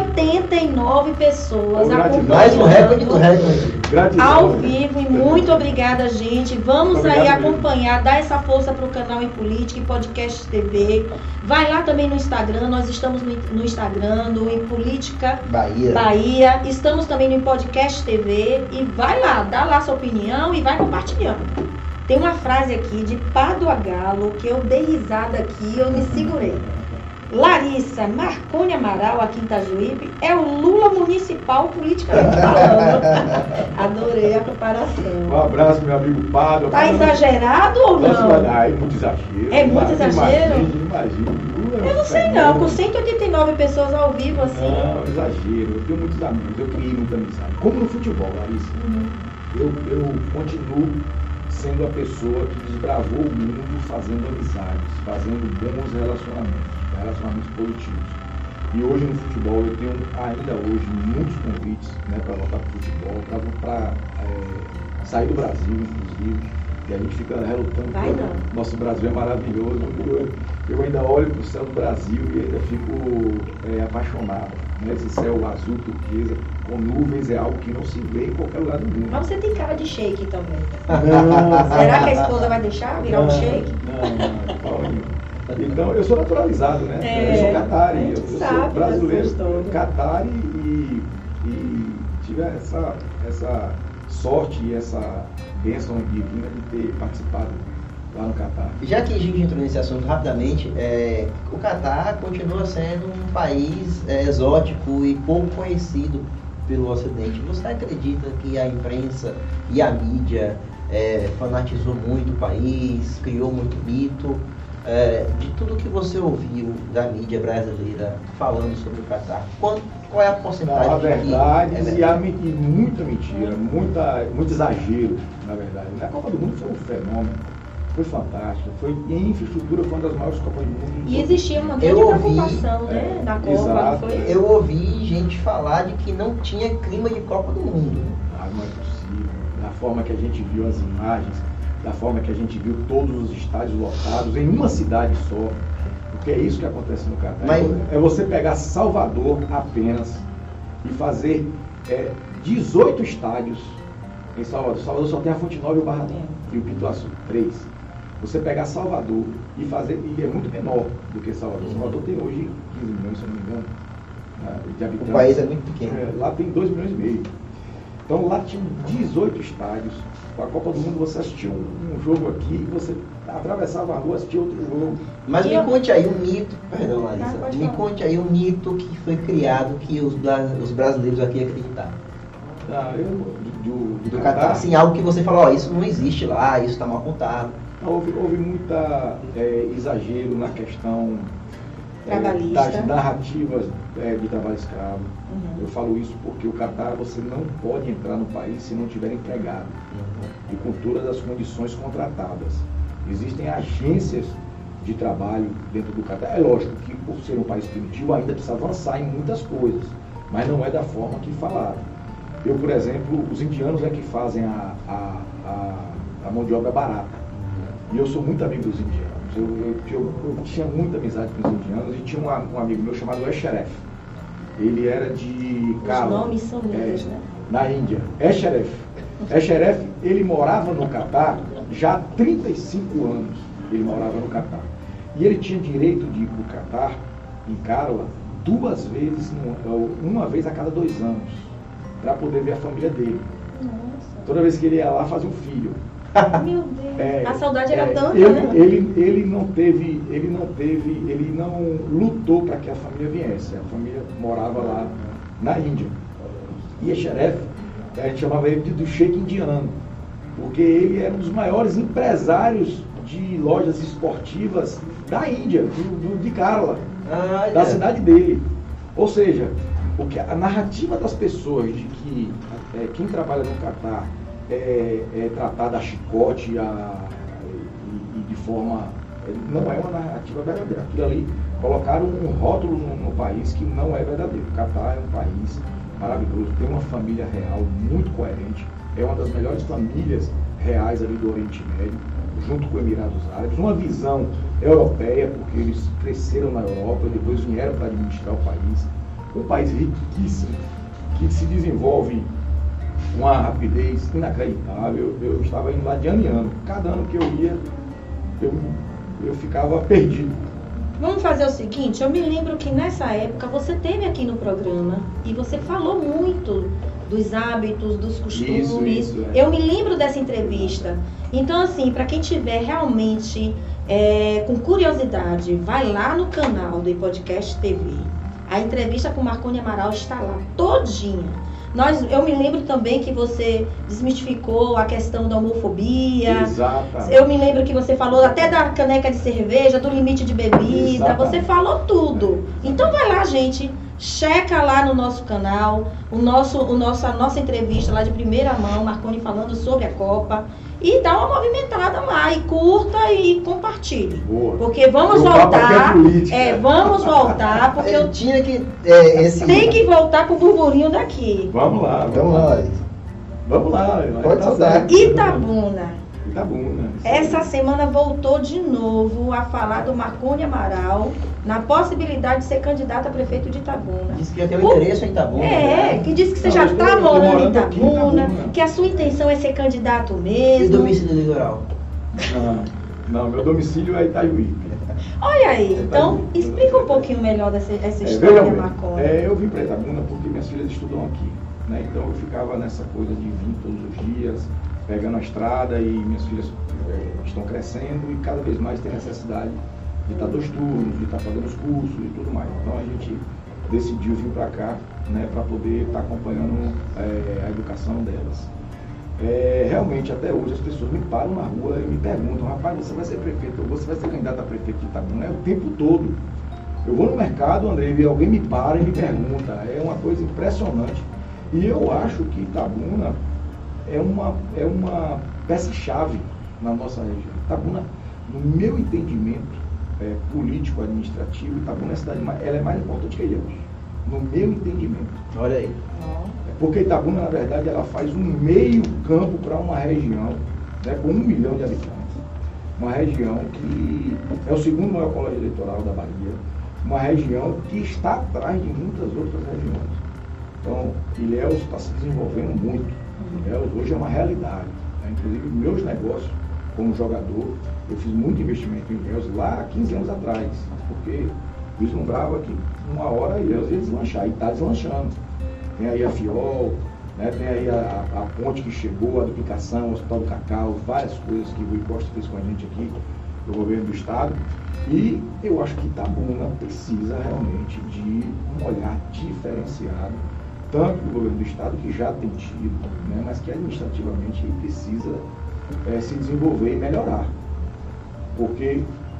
189 pessoas acompanhando. Mais um recorde do recorde. Ao vivo, e muito obrigada, gente. Vamos aí acompanhar, dar essa força para o canal Em Política e Podcast TV. Vai lá também no Instagram, nós estamos no Instagram, no Em Política Bahia. Estamos também no Podcast TV. E vai lá, dá lá sua opinião e vai compartilhando. Tem uma frase aqui de Pádua Galo que eu dei risada aqui, eu me segurei. Larissa Marconi Amaral, aqui em Itajuípe, é o Lula municipal politicamente falando. Adorei a comparação. Um abraço, meu amigo Pádua. Tá exagerado ou não? É muito exagero. É muito exagero? Imagina. Eu não sei não, com 189 pessoas ao vivo assim. Não, exagero. Eu tenho muitos amigos, eu criei muita amizade. Como no futebol, Larissa. Eu continuo sendo a pessoa que desbravou o mundo fazendo amizades, fazendo bons relacionamentos positivos. E hoje no futebol eu tenho ainda hoje muitos convites para voltar para o futebol, para sair do Brasil, inclusive, que a gente fica relutando. Nosso Brasil é maravilhoso. Eu ainda olho para o céu do Brasil e ainda fico apaixonado. Esse céu azul turquesa com nuvens é algo que não se vê em qualquer lugar do mundo. Mas você tem cara de shake também. Será que a esposa vai deixar virar um shake? Não. Então, eu sou naturalizado, né? Eu sou catari, eu sou brasileiro, catari e tive essa sorte e essa bênção divina de ter participado lá no Catar. Já que a gente entrou nesse assunto rapidamente, o Catar continua sendo um país exótico e pouco conhecido pelo Ocidente. Você acredita que a imprensa e a mídia fanatizou muito o país, criou muito mito? De tudo que você ouviu da mídia brasileira falando sobre o Catar, qual é a porcentagem? Na verdade, e muita mentira, muito exagero, na verdade. A Copa do Mundo foi um fenômeno, foi fantástico, em infraestrutura foi uma das maiores Copas do Mundo. E existia uma grande preocupação, né, da Copa, exato, não foi? Eu ouvi gente falar de que não tinha clima de Copa do Mundo. Não é possível. Da forma que a gente viu as imagens, da forma que a gente viu todos os estádios lotados em uma cidade só, porque é isso que acontece no Catar. É você pegar Salvador apenas e fazer 18 estádios em Salvador. Salvador só tem a Fonte Nova e o Barra e o Pituaçu, 3. Você pegar Salvador e fazer, e é muito menor do que Salvador. Salvador tem hoje 15 milhões, se eu não me engano, de habitantes. O país é muito pequeno. Lá tem 2,5 milhões. Então lá tinha 18 estádios. Com a Copa do Mundo você assistia um jogo aqui e você atravessava a rua e assistia outro jogo. Mas me conte aí um mito, perdão Larissa, me conte aí um mito que foi criado que os brasileiros aqui acreditaram. Do Catar, assim, algo que você falou, isso não existe lá, isso está mal contado. Houve muita exagero na questão trabalhista. Das narrativas de trabalho escravo. Uhum. Eu falo isso porque o Catar, você não pode entrar no país se não tiver empregado. E com todas as condições contratadas. Existem agências de trabalho dentro do Catar. É lógico que, por ser um país primitivo, ainda precisa avançar em muitas coisas, mas não é da forma que falaram. Eu, por exemplo, os indianos é que fazem a mão de obra barata. E eu sou muito amigo dos indianos. Eu tinha muita amizade com os indianos e tinha um amigo meu chamado Esheref. Ele era de Kerala. Os nomes são lindos, né? Na Índia. Esheref. Esheref, ele morava no Catar já há 35 anos. Ele morava no Catar. E ele tinha direito de ir para o Catar, em Kerala, 2 vezes, uma vez a cada 2 anos, para poder ver a família dele. Nossa. Toda vez que ele ia lá, fazia um filho. Meu Deus. A saudade era tanta, ele, né? ele não lutou para que a família viesse. A família morava lá na Índia. E Esheref, a gente chamava ele do sheik indiano, porque ele era um dos maiores empresários de lojas esportivas da Índia, de Kerala, da cidade dele. Ou seja, a narrativa das pessoas de que quem trabalha no Catar é tratado a chicote e de forma... não é uma narrativa verdadeira. Aquilo ali, colocaram um rótulo no país que não é verdadeiro. O Catar é um país maravilhoso, tem uma família real muito coerente, é uma das melhores famílias reais ali do Oriente Médio, junto com Emirados Árabes, uma visão europeia, porque eles cresceram na Europa e depois vieram para administrar o país. Um país riquíssimo, que se desenvolve com uma rapidez inacreditável. Eu estava indo lá de ano em ano. Cada ano que eu ia, eu ficava perdido. Vamos fazer o seguinte, eu me lembro que nessa época você esteve aqui no programa e você falou muito dos hábitos, dos costumes. Isso, Eu me lembro dessa entrevista. Então, assim, para quem tiver realmente com curiosidade, vai lá no canal do iPodcast TV. A entrevista com Marconi Amaral está lá, todinha. Eu me lembro também que você desmistificou a questão da homofobia. Exatamente. Eu me lembro que você falou até da caneca de cerveja, do limite de bebida. Exatamente. Você falou tudo. Então vai lá, gente. Checa lá no nosso canal a nossa entrevista lá de primeira mão, Marconi falando sobre a Copa. E dá uma movimentada lá, e curta e compartilhe. Boa. Porque vamos voltar. Vamos voltar, porque eu tinha que. Tem que voltar pro burburinho daqui. Vamos lá. Vamos lá. Pode soltar. Itabuna. Itabuna. Essa semana voltou de novo a falar do Marconi Amaral na possibilidade de ser candidato a prefeito de Itabuna. Disse que já tem um endereço em Itabuna. Que disse que você já está morando em Itabuna, que a sua intenção é ser candidato mesmo. E o domicílio eleitoral? Não, meu domicílio é Itajuí. Olha aí, então explica um pouquinho melhor essa história do Marconi. Eu vim para Itabuna porque minhas filhas estudam aqui, né? Então eu ficava nessa coisa de vir todos os dias, pegando a estrada, e minhas filhas estão crescendo e cada vez mais tem necessidade de estar 2 turnos, de estar fazendo os cursos e tudo mais. Então a gente decidiu vir para cá, né, para poder estar acompanhando a educação delas. Realmente, até hoje, as pessoas me param na rua e me perguntam: rapaz, você vai ser prefeito, você vai ser candidato a prefeito de Itabuna? O tempo todo. Eu vou no mercado, André, e alguém me para e me pergunta. É uma coisa impressionante. E eu acho que Itabuna é uma peça-chave na nossa região. Itabuna, no meu entendimento político, administrativo, Itabuna ela é mais importante que Ilhéus, no meu entendimento. Olha aí. Porque Itabuna, na verdade, ela faz um meio campo para uma região, né, com 1 milhão de habitantes. Uma região que é o 2º maior colégio eleitoral da Bahia, uma região que está atrás de muitas outras regiões. Então, Ilhéus está se desenvolvendo muito. Ilhéus hoje é uma realidade, né? Inclusive, meus negócios como jogador, eu fiz muito investimento em Ilhéus lá há 15 anos atrás, porque vislumbrava que uma hora Ilhéus ia deslanchar, e está deslanchando. Tem aí a FIOL, né? Tem aí a ponte que chegou, a duplicação, o Hospital do Cacau, várias coisas que o Rui Costa fez com a gente aqui, do governo do estado. E eu acho que Itabuna precisa realmente de um olhar diferenciado, tanto do governo do estado, que já tem tido, né, mas que administrativamente precisa se desenvolver e melhorar. Porque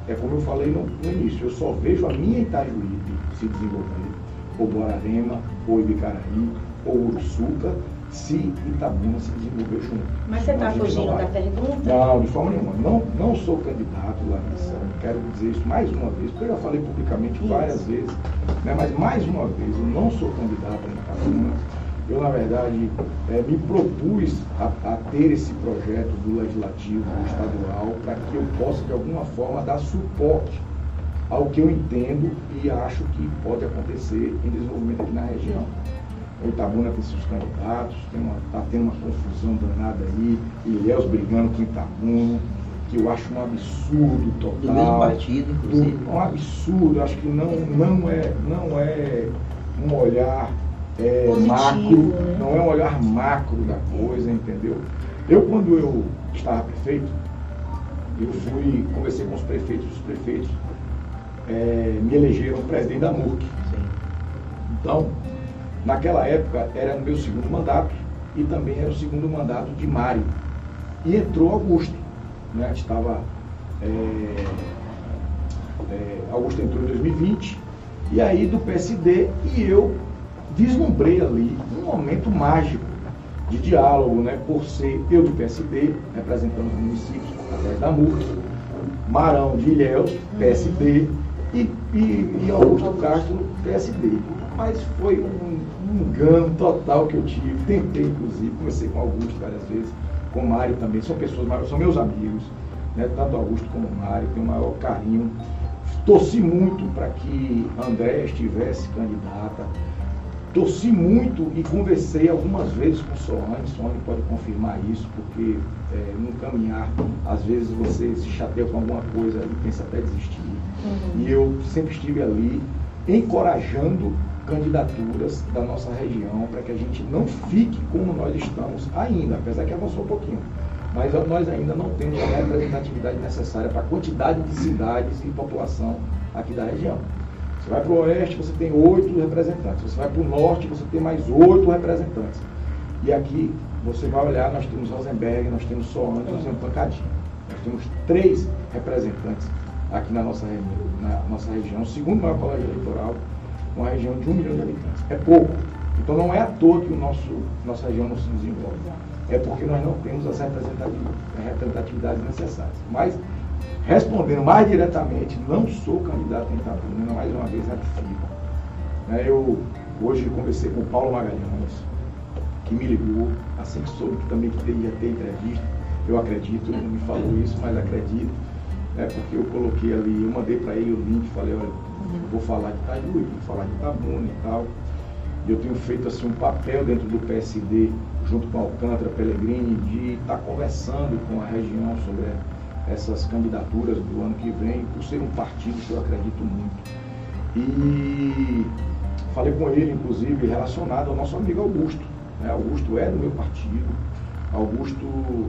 é como eu falei no início, eu só vejo a minha Itajuípe se desenvolver, ou Borarema, ou Ibicaraí, ou Uruçuca, se Itabuna se desenvolver junto. Mas você está A gente não fugindo vai. da pergunta? Não, de forma nenhuma. Não sou candidato, Larissa. Quero dizer isso mais uma vez, porque eu já falei publicamente várias vezes, né? Mas mais uma vez, eu não sou candidato a Itabuna. Eu, na verdade, me propus a ter esse projeto do Legislativo estadual para que eu possa, de alguma forma, dar suporte ao que eu entendo e acho que pode acontecer em desenvolvimento aqui na região. O Itabuna tem seus candidatos, está tendo uma confusão danada aí, Ilhéus brigando com Itabuna, que eu acho um absurdo total. Do mesmo partido, inclusive. Um absurdo, acho que não é um olhar positivo, macro, né? não é um olhar macro da coisa, entendeu? Quando eu estava prefeito, eu conversei com os prefeitos me elegeram presidente da MURC. Então, naquela época, era no meu segundo mandato e também era o segundo mandato de Mário. E entrou Augusto. Né? Augusto entrou em 2020, e aí do PSD, e eu vislumbrei ali um momento mágico de diálogo, né? Por ser eu do PSD, representando os municípios através da MURC, Marão de Ilhéus, PSD, e Augusto Castro, PSD. Mas foi um engano total que eu tive. Tentei, inclusive, conversei com Augusto várias vezes, com o Mário também, são meus amigos, né? Tanto Augusto como o Mário, tenho o maior carinho. Torci muito para que André estivesse candidata, torci muito e conversei algumas vezes com Soane pode confirmar isso, porque no caminhar, às vezes você se chateia com alguma coisa e pensa até desistir. E eu sempre estive ali encorajando candidaturas da nossa região para que a gente não fique como nós estamos ainda, apesar que avançou um pouquinho. Mas nós ainda não temos a representatividade necessária para a quantidade de cidades e população aqui da região. Você vai para o oeste, você tem 8 representantes. Você vai para o norte, você tem mais 8 representantes. E aqui, você vai olhar, nós temos Rosenberg, nós temos Soane, nós temos Pancadinho. Nós temos 3 representantes aqui na nossa região, o segundo maior colégio eleitoral, uma região de 1 milhão de habitantes. É pouco. Então não é à toa que nossa região não se desenvolve. É porque nós não temos as representatividades necessárias. Mas, respondendo mais diretamente, não sou candidato em Itabuna, mais uma vez ratifico. Eu hoje conversei com o Paulo Magalhães, que me ligou, assim que soube que também queria ter entrevista. Eu acredito, ele não me falou isso, mas acredito. Porque eu coloquei ali, eu mandei para ele o link, falei, olha, vou falar de Itajuí, vou falar de Itabuna e tal. E eu tenho feito assim um papel dentro do PSD, junto com Alcântara, Pellegrini, de estar conversando com a região sobre essas candidaturas do ano que vem, por ser um partido que eu acredito muito. E falei com ele, inclusive, relacionado ao nosso amigo Augusto. Augusto é do meu partido. Augusto,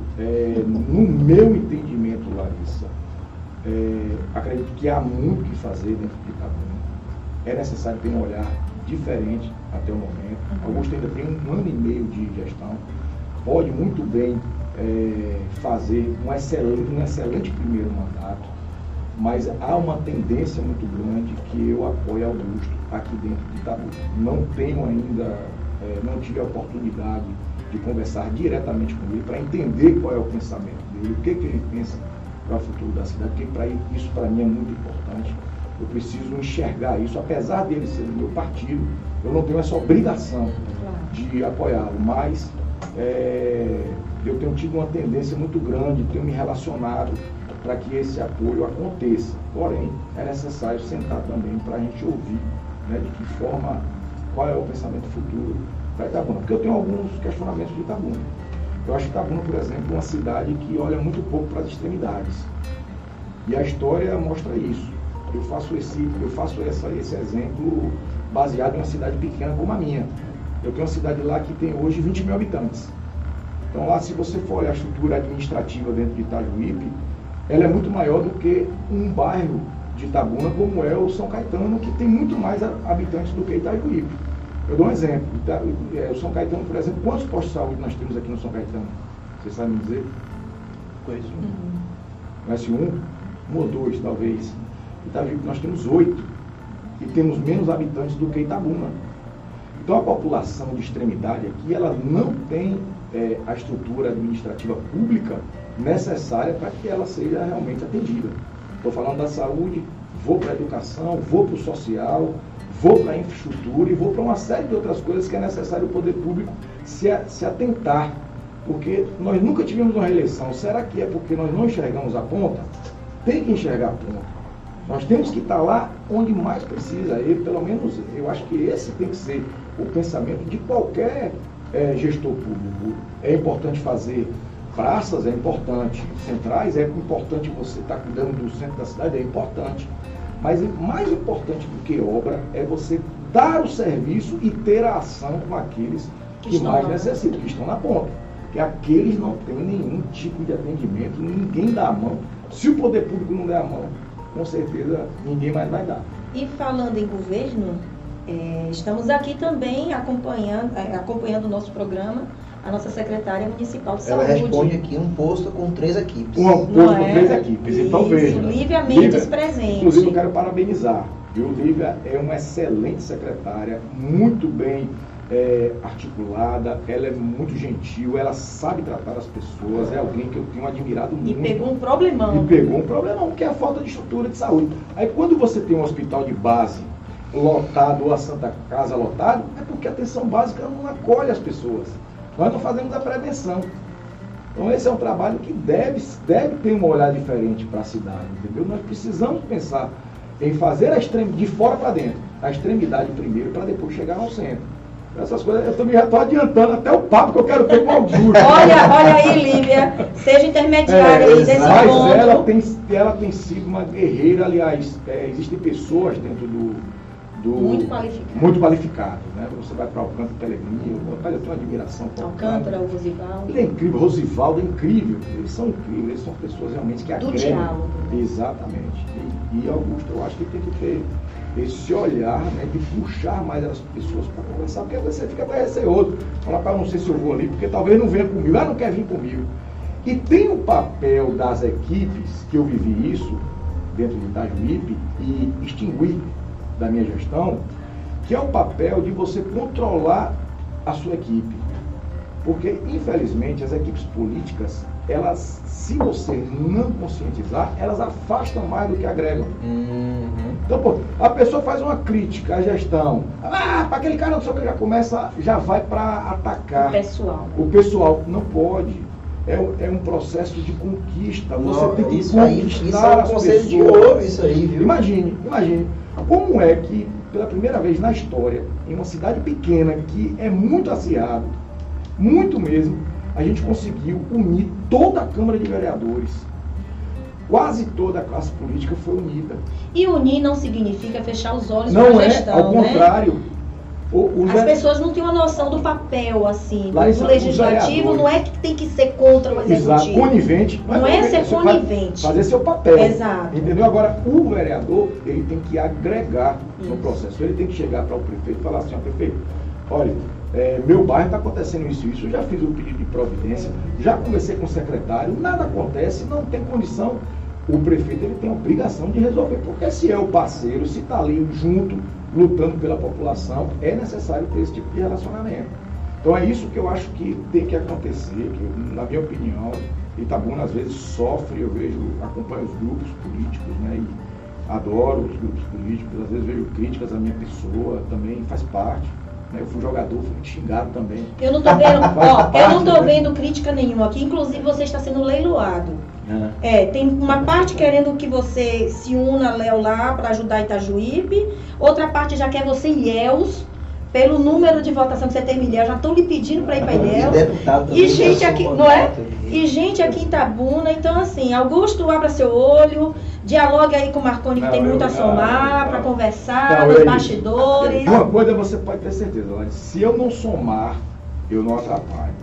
no meu entendimento, Larissa, acredito que há muito o que fazer dentro de Itabuna. É necessário ter um olhar diferente até o momento. Augusto ainda tem 1 ano e meio de gestão. Pode muito bem fazer um excelente primeiro mandato, mas há uma tendência muito grande que eu apoio Augusto aqui dentro de Itabuna. Não tenho ainda, não tive a oportunidade de conversar diretamente com ele para entender qual é o pensamento dele, o que ele pensa para o futuro da cidade, porque isso para mim é muito importante. Eu preciso enxergar isso, apesar dele ser do meu partido, eu não tenho essa obrigação de apoiá-lo, mas eu tenho tido uma tendência muito grande, tenho me relacionado para que esse apoio aconteça. Porém, é necessário sentar também para a gente ouvir, né, de que forma, qual é o pensamento futuro para Itabuna. Porque eu tenho alguns questionamentos de Itabuna. Eu acho que Itabuna, por exemplo, é uma cidade que olha muito pouco para as extremidades. E a história mostra isso. Eu faço esse exemplo baseado em uma cidade pequena como a minha. Eu tenho uma cidade lá que tem hoje 20 mil habitantes. Então lá, se você for olhar a estrutura administrativa dentro de Itajuípe, ela é muito maior do que um bairro de Itabuna, como é o São Caetano, que tem muito mais habitantes do que Itajuípe. Eu dou um exemplo. O São Caetano, por exemplo, quantos postos de saúde nós temos aqui no São Caetano? Vocês sabem me dizer? Conheço. Conhece um? um ou dois, talvez. Itajuípe nós temos 8 e temos menos habitantes do que Itabuna. Então a população de extremidade aqui, ela não tem a estrutura administrativa pública necessária para que ela seja realmente atendida. Estou falando da saúde, vou para a educação, vou para o social, vou para a infraestrutura e vou para uma série de outras coisas que é necessário o poder público se atentar. Porque nós nunca tivemos uma reeleição. Será que é porque nós não enxergamos a ponta? Tem que enxergar a ponta. Nós temos que estar lá onde mais precisa. E, pelo menos, eu acho que esse tem que ser o pensamento de qualquer gestor público. É importante fazer praças, é importante. Centrais, é importante você estar cuidando do centro da cidade, é importante. Mas mais importante do que obra é você dar o serviço e ter a ação com aqueles que mais necessitam, que estão na ponta. Porque aqueles não têm nenhum tipo de atendimento, ninguém dá a mão. Se o poder público não der a mão, com certeza ninguém mais vai dar. E falando em governo, estamos aqui também acompanhando o nosso programa, a nossa secretária municipal de Ela saúde. responde aqui um posto com 3 equipes. Um posto com 3 equipes. Então veja. Lívia Mendes presente. Inclusive eu quero parabenizar. Viu? Lívia é uma excelente secretária, muito bem articulada, ela é muito gentil, ela sabe tratar as pessoas, é alguém que eu tenho admirado muito. E pegou um problemão. Que é a falta de estrutura de saúde. Aí quando você tem um hospital de base lotado ou a Santa Casa lotado, é porque a atenção básica não acolhe as pessoas. Nós não fazemos a prevenção. Então esse é um trabalho que deve ter um olhar diferente para a cidade, entendeu? Nós precisamos pensar em fazer de fora para dentro, a extremidade primeiro, para depois chegar ao centro. Essas coisas, eu também já estou adiantando até o papo que eu quero ter com o Augusto. Olha aí, Lívia, seja intermediária aí desse ponto. Mas ela tem sido uma guerreira, aliás, existem pessoas dentro muito qualificado, né? Você vai para Alcântara, Telegrinha, eu tenho uma admiração por Alcântara, o Rosivaldo. Ele é incrível, Rosivaldo é incrível, eles são incríveis, eles são pessoas realmente que agregam. Do diálogo. Exatamente. E Augusto, eu acho que tem que ter esse olhar, né, de puxar mais as pessoas para conversar, porque você fica mais receoso. Falar para não sei se eu vou ali, porque talvez não venha comigo, não quer vir comigo. E tem o papel das equipes, que eu vivi isso dentro de Itajuípe e extingui da minha gestão, que é o papel de você controlar a sua equipe. Porque, infelizmente, as equipes políticas, elas, se você não conscientizar, elas afastam mais do que agregam. Então, pô, a pessoa faz uma crítica à gestão. Para aquele cara, não sei o que, já vai para atacar. O pessoal não pode. É um processo de conquista. Você tem que conquistar as pessoas. De ouro, isso aí, viu? Imagine. Como é que, pela primeira vez na história, em uma cidade pequena, que é muito acirrado, muito mesmo, a gente conseguiu unir toda a Câmara de Vereadores. Quase toda a classe política foi unida. E unir não significa fechar os olhos para a gestão, ao contrário. As pessoas não têm uma noção do papel, assim, do legislativo, não é que tem que ser contra o executivo. Exato, conivente. Não é ser conivente. Fazer seu papel. Exato. Entendeu? Agora, o vereador, ele tem que agregar no processo. Ele tem que chegar para o prefeito e falar assim, ó, prefeito, olha, meu bairro está acontecendo isso, eu já fiz o pedido de providência, já conversei com o secretário, nada acontece, não tem condição. O prefeito, ele tem a obrigação de resolver, porque se é o parceiro, se está ali junto, lutando pela população, é necessário ter esse tipo de relacionamento. Então é isso que eu acho que tem que acontecer, que, na minha opinião, Itabuna às vezes sofre, acompanho os grupos políticos, né, e adoro os grupos políticos, às vezes vejo críticas à minha pessoa, também faz parte. Eu fui jogador, fui muito xingado também. Eu não tô vendo, vendo crítica nenhuma aqui, inclusive você está sendo leiloado. Tem uma parte querendo que você se una, Léo, lá para ajudar Itajuípe, outra parte já quer você em Ilhéus, pelo número de votação que você tem em Ilhéus, já estão lhe pedindo para ir para Ilhéus. E gente aqui, não é? E gente aqui em Itabuna, então assim, Augusto, abra seu olho, dialogue aí com o Marconi, que tem muito a somar, para conversar, nos bastidores. Uma coisa você pode ter certeza, se eu não somar, eu não atrapalho.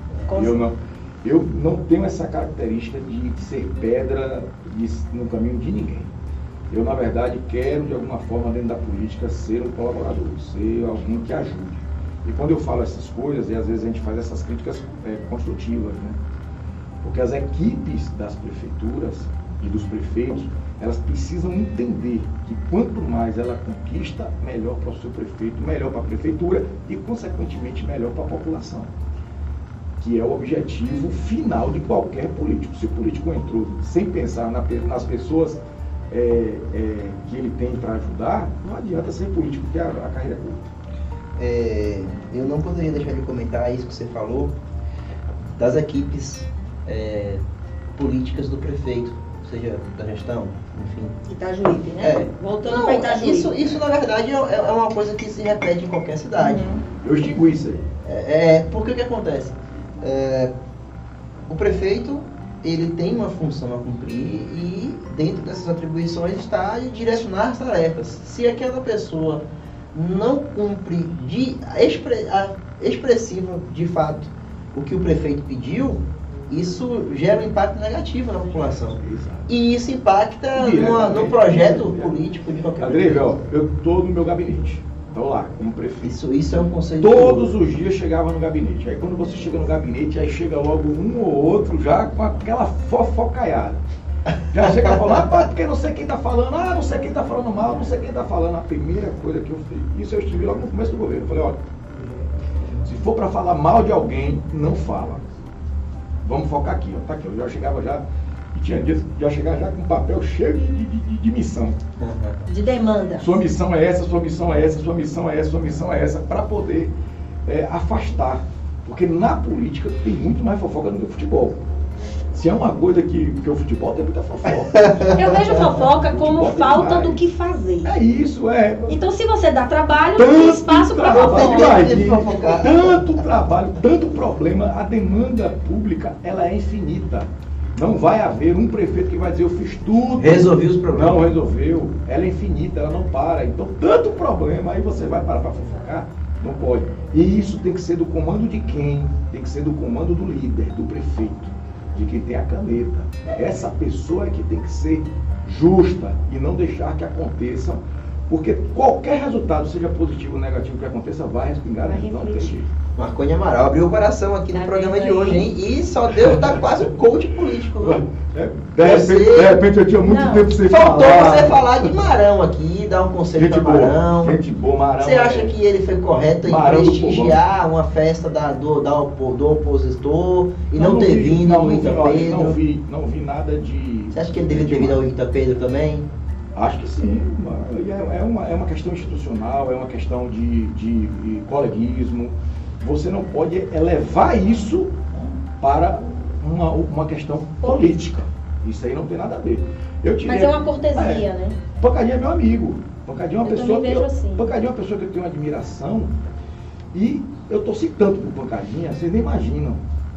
Eu não tenho essa característica de ser pedra no caminho de ninguém. Eu, na verdade, quero, de alguma forma, dentro da política, ser um colaborador, ser alguém que ajude. E quando eu falo essas coisas, e às vezes a gente faz essas críticas construtivas, né? Porque as equipes das prefeituras, e dos prefeitos, elas precisam entender que quanto mais ela conquista, melhor para o seu prefeito, melhor para a prefeitura e, consequentemente, melhor para a população. Que é o objetivo final de qualquer político. Se o político entrou sem pensar nas pessoas que ele tem para ajudar, não adianta ser político, porque a carreira é curta. Eu não poderia deixar de comentar isso que você falou das equipes políticas do prefeito, seja da gestão, enfim. Itajuípe, né? Voltando para Itajuípe. Isso, na verdade, é uma coisa que se repete em qualquer cidade. Eu extingo isso aí. Porque o que acontece? O prefeito, ele tem uma função a cumprir e dentro dessas atribuições está de direcionar as tarefas. Se aquela pessoa não cumpre expressiva de fato o que o prefeito pediu, isso gera um impacto negativo na população. Exato. E isso impacta no projeto político de qualquer Adriano, ó, eu estou no meu gabinete. Estou lá, como prefeito. Isso é um conceito. Todos os dias chegava no gabinete. Aí quando você chega no gabinete, aí chega logo um ou outro já com aquela fofocaiada. Já chega falando, porque não sei quem está falando, não sei quem está falando mal, não sei quem está falando. A primeira coisa que eu fiz, isso eu estive logo no começo do governo. Eu falei, olha, se for para falar mal de alguém, não fala. Vamos focar aqui, ó. Tá aqui, eu já chegava já, e tinha dias, já chegava já com um papel cheio de missão. De demanda. Sua missão é essa, sua missão é essa, sua missão é essa, sua missão é essa, para poder afastar. Porque na política tem muito mais fofoca do que o futebol. Se é uma coisa que o futebol tem muita fofoca. Eu vejo fofoca como falta demais do que fazer. É isso, Então, se você dá trabalho, tem espaço para fofoca. Tanto trabalho, tanto problema, a demanda pública, ela é infinita. Não vai haver um prefeito que vai dizer, eu fiz tudo. Resolvi os problemas. Não resolveu. Ela é infinita, ela não para. Então, tanto problema, aí você vai parar para fofocar? Não pode. E isso tem que ser do comando de quem? Tem que ser do comando do líder, do prefeito, de quem tem a caneta. Essa pessoa é que tem que ser justa e não deixar que aconteçam, porque qualquer resultado, seja positivo ou negativo que aconteça, vai respingar, não tem jeito. Marconi Amaral abriu o coração aqui no programa de hoje, hein? E só deu, tá quase um coach político. De repente eu tinha muito tempo pra você falar. Faltou você falar de Marão aqui, dar um conselho para Marão. Gente boa, Marão. Você acha que ele foi correto em prestigiar uma festa do opositor e não ter vindo ao Ita Pedro? Não vi nada de... Você acha que ele deveria ter vindo ao Ita Pedro também? Acho que sim. É uma questão institucional, é uma questão de coleguismo. Você não pode levar isso para uma questão política. Isso aí não tem nada a ver. Mas é uma cortesia, né? Pancadinha é meu amigo. Pancadinha é uma pessoa assim. Pancadinha é uma pessoa que eu tenho uma admiração. E eu torci tanto por Pancadinha, vocês nem imaginam.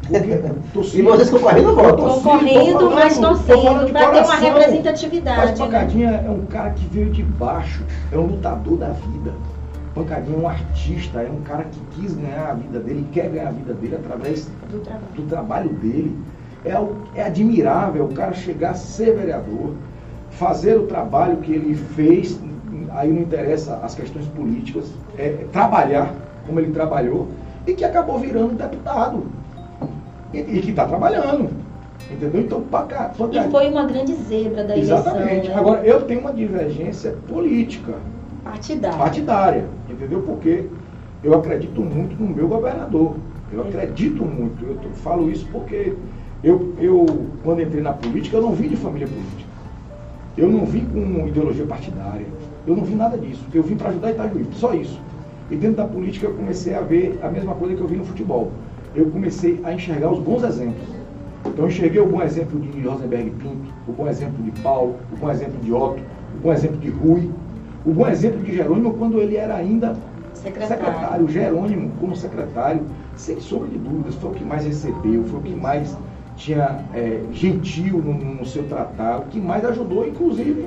E vocês concorrendo, concorrendo, mas torcendo, para ter uma representatividade. Mas Pancadinha é um cara que veio de baixo, é um lutador da vida. Pancadinha é um artista, é um cara que quis ganhar a vida dele, quer ganhar a vida dele através do trabalho dele. É admirável o cara chegar a ser vereador, fazer o trabalho que ele fez, aí não interessa as questões políticas, trabalhar como ele trabalhou, e que acabou virando deputado. E que está trabalhando. Entendeu? Então, e foi uma grande zebra da eleição. Exatamente. Né? Agora, eu tenho uma divergência política. Partidária. Entendeu? Porque eu acredito muito no meu governador. Eu acredito muito. Eu falo isso porque eu, quando entrei na política, eu não vim de família política. Eu não vim com ideologia partidária. Eu não vim nada disso. Eu vim para ajudar Itajuípe, só isso. E dentro da política eu comecei a ver a mesma coisa que eu vi no futebol. Eu comecei a enxergar os bons exemplos. Então eu enxerguei o bom exemplo de Rosenberg Pinto, o bom exemplo de Paulo, o bom exemplo de Otto, o bom exemplo de Rui, o bom exemplo de Jerônimo quando ele era ainda secretário. Jerônimo como secretário, sem sombra de dúvidas, foi o que mais recebeu, foi o que mais tinha gentil no seu tratar, o que mais ajudou, inclusive,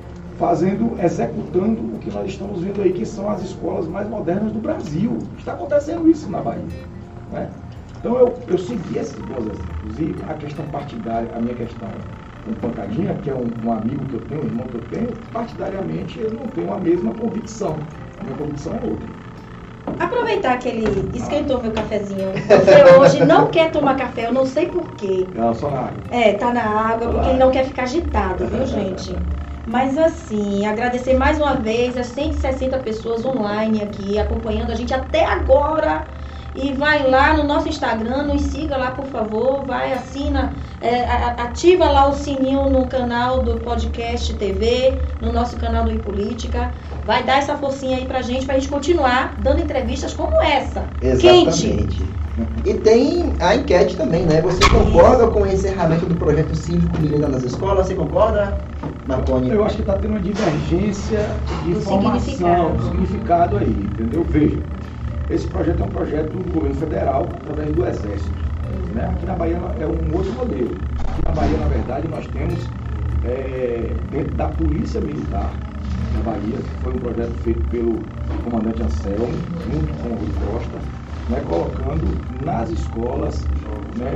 executando o que nós estamos vendo aí, que são as escolas mais modernas do Brasil. Está acontecendo isso na Bahia, né? Então eu segui esses bons exemplos. E a questão partidária, a minha questão com Pancadinha, que é um amigo que eu tenho, um irmão que eu tenho, partidariamente eu não tenho a mesma convicção. A minha convicção é outra. Aproveitar que ele esquentou meu cafezinho. Você hoje não quer tomar café, eu não sei porquê. Não, só na água. Tá na água, porque ele não quer ficar agitado, viu, gente? Mas assim, agradecer mais uma vez as 160 pessoas online aqui, acompanhando a gente até agora. E vai lá no nosso Instagram, nos siga lá, por favor. Vai, assina, ativa lá o sininho no canal do Podcast TV, no nosso canal do iPolítica. Vai dar essa forcinha aí pra gente continuar dando entrevistas como essa. Exatamente. Quente. E tem a enquete também, né? Você concorda com o encerramento do projeto cívico militar nas escolas? Você concorda, Marconi? Eu acho que está tendo uma divergência de Do formação, do significado aí, entendeu? Veja, esse projeto é um projeto do governo federal através do Exército. Né? Aqui na Bahia é um outro modelo. Aqui na Bahia, na verdade, nós temos, dentro da Polícia Militar da Bahia, que foi um projeto feito pelo comandante Anselmo, junto com o Rui Costa, né, colocando nas escolas, né,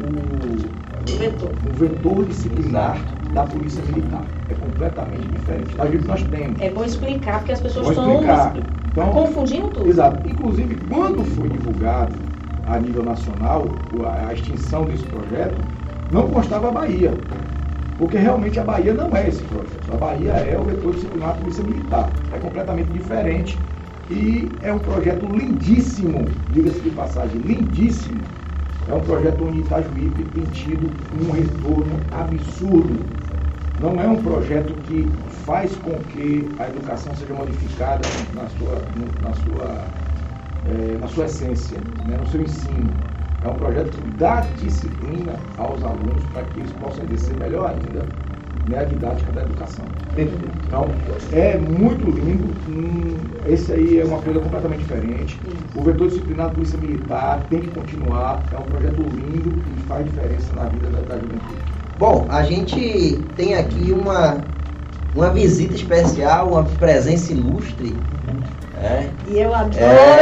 o vetor disciplinar da Polícia Militar. É completamente diferente. Nós temos. É bom explicar, porque as pessoas Vou estão então, confundindo tudo. Exato. Inclusive, quando foi divulgado a nível nacional a extinção desse projeto, não constava a Bahia. Porque realmente a Bahia não é esse projeto. A Bahia é o vetor disciplinar da Polícia Militar. É completamente diferente. E é um projeto lindíssimo, diga-se de passagem, lindíssimo. É um projeto onde Itajuípe tem tido um retorno absurdo. Não é um projeto que faz com que a educação seja modificada na sua essência, né, no seu ensino. É um projeto que dá disciplina aos alunos para que eles possam exercer melhor ainda, né, a didática da educação. Então, é muito lindo. Esse aí é uma coisa completamente diferente. O vetor disciplinar da Polícia Militar tem que continuar. É um projeto lindo e faz diferença na vida da juventude. Bom, a gente tem aqui uma visita especial, uma presença ilustre. E eu adoro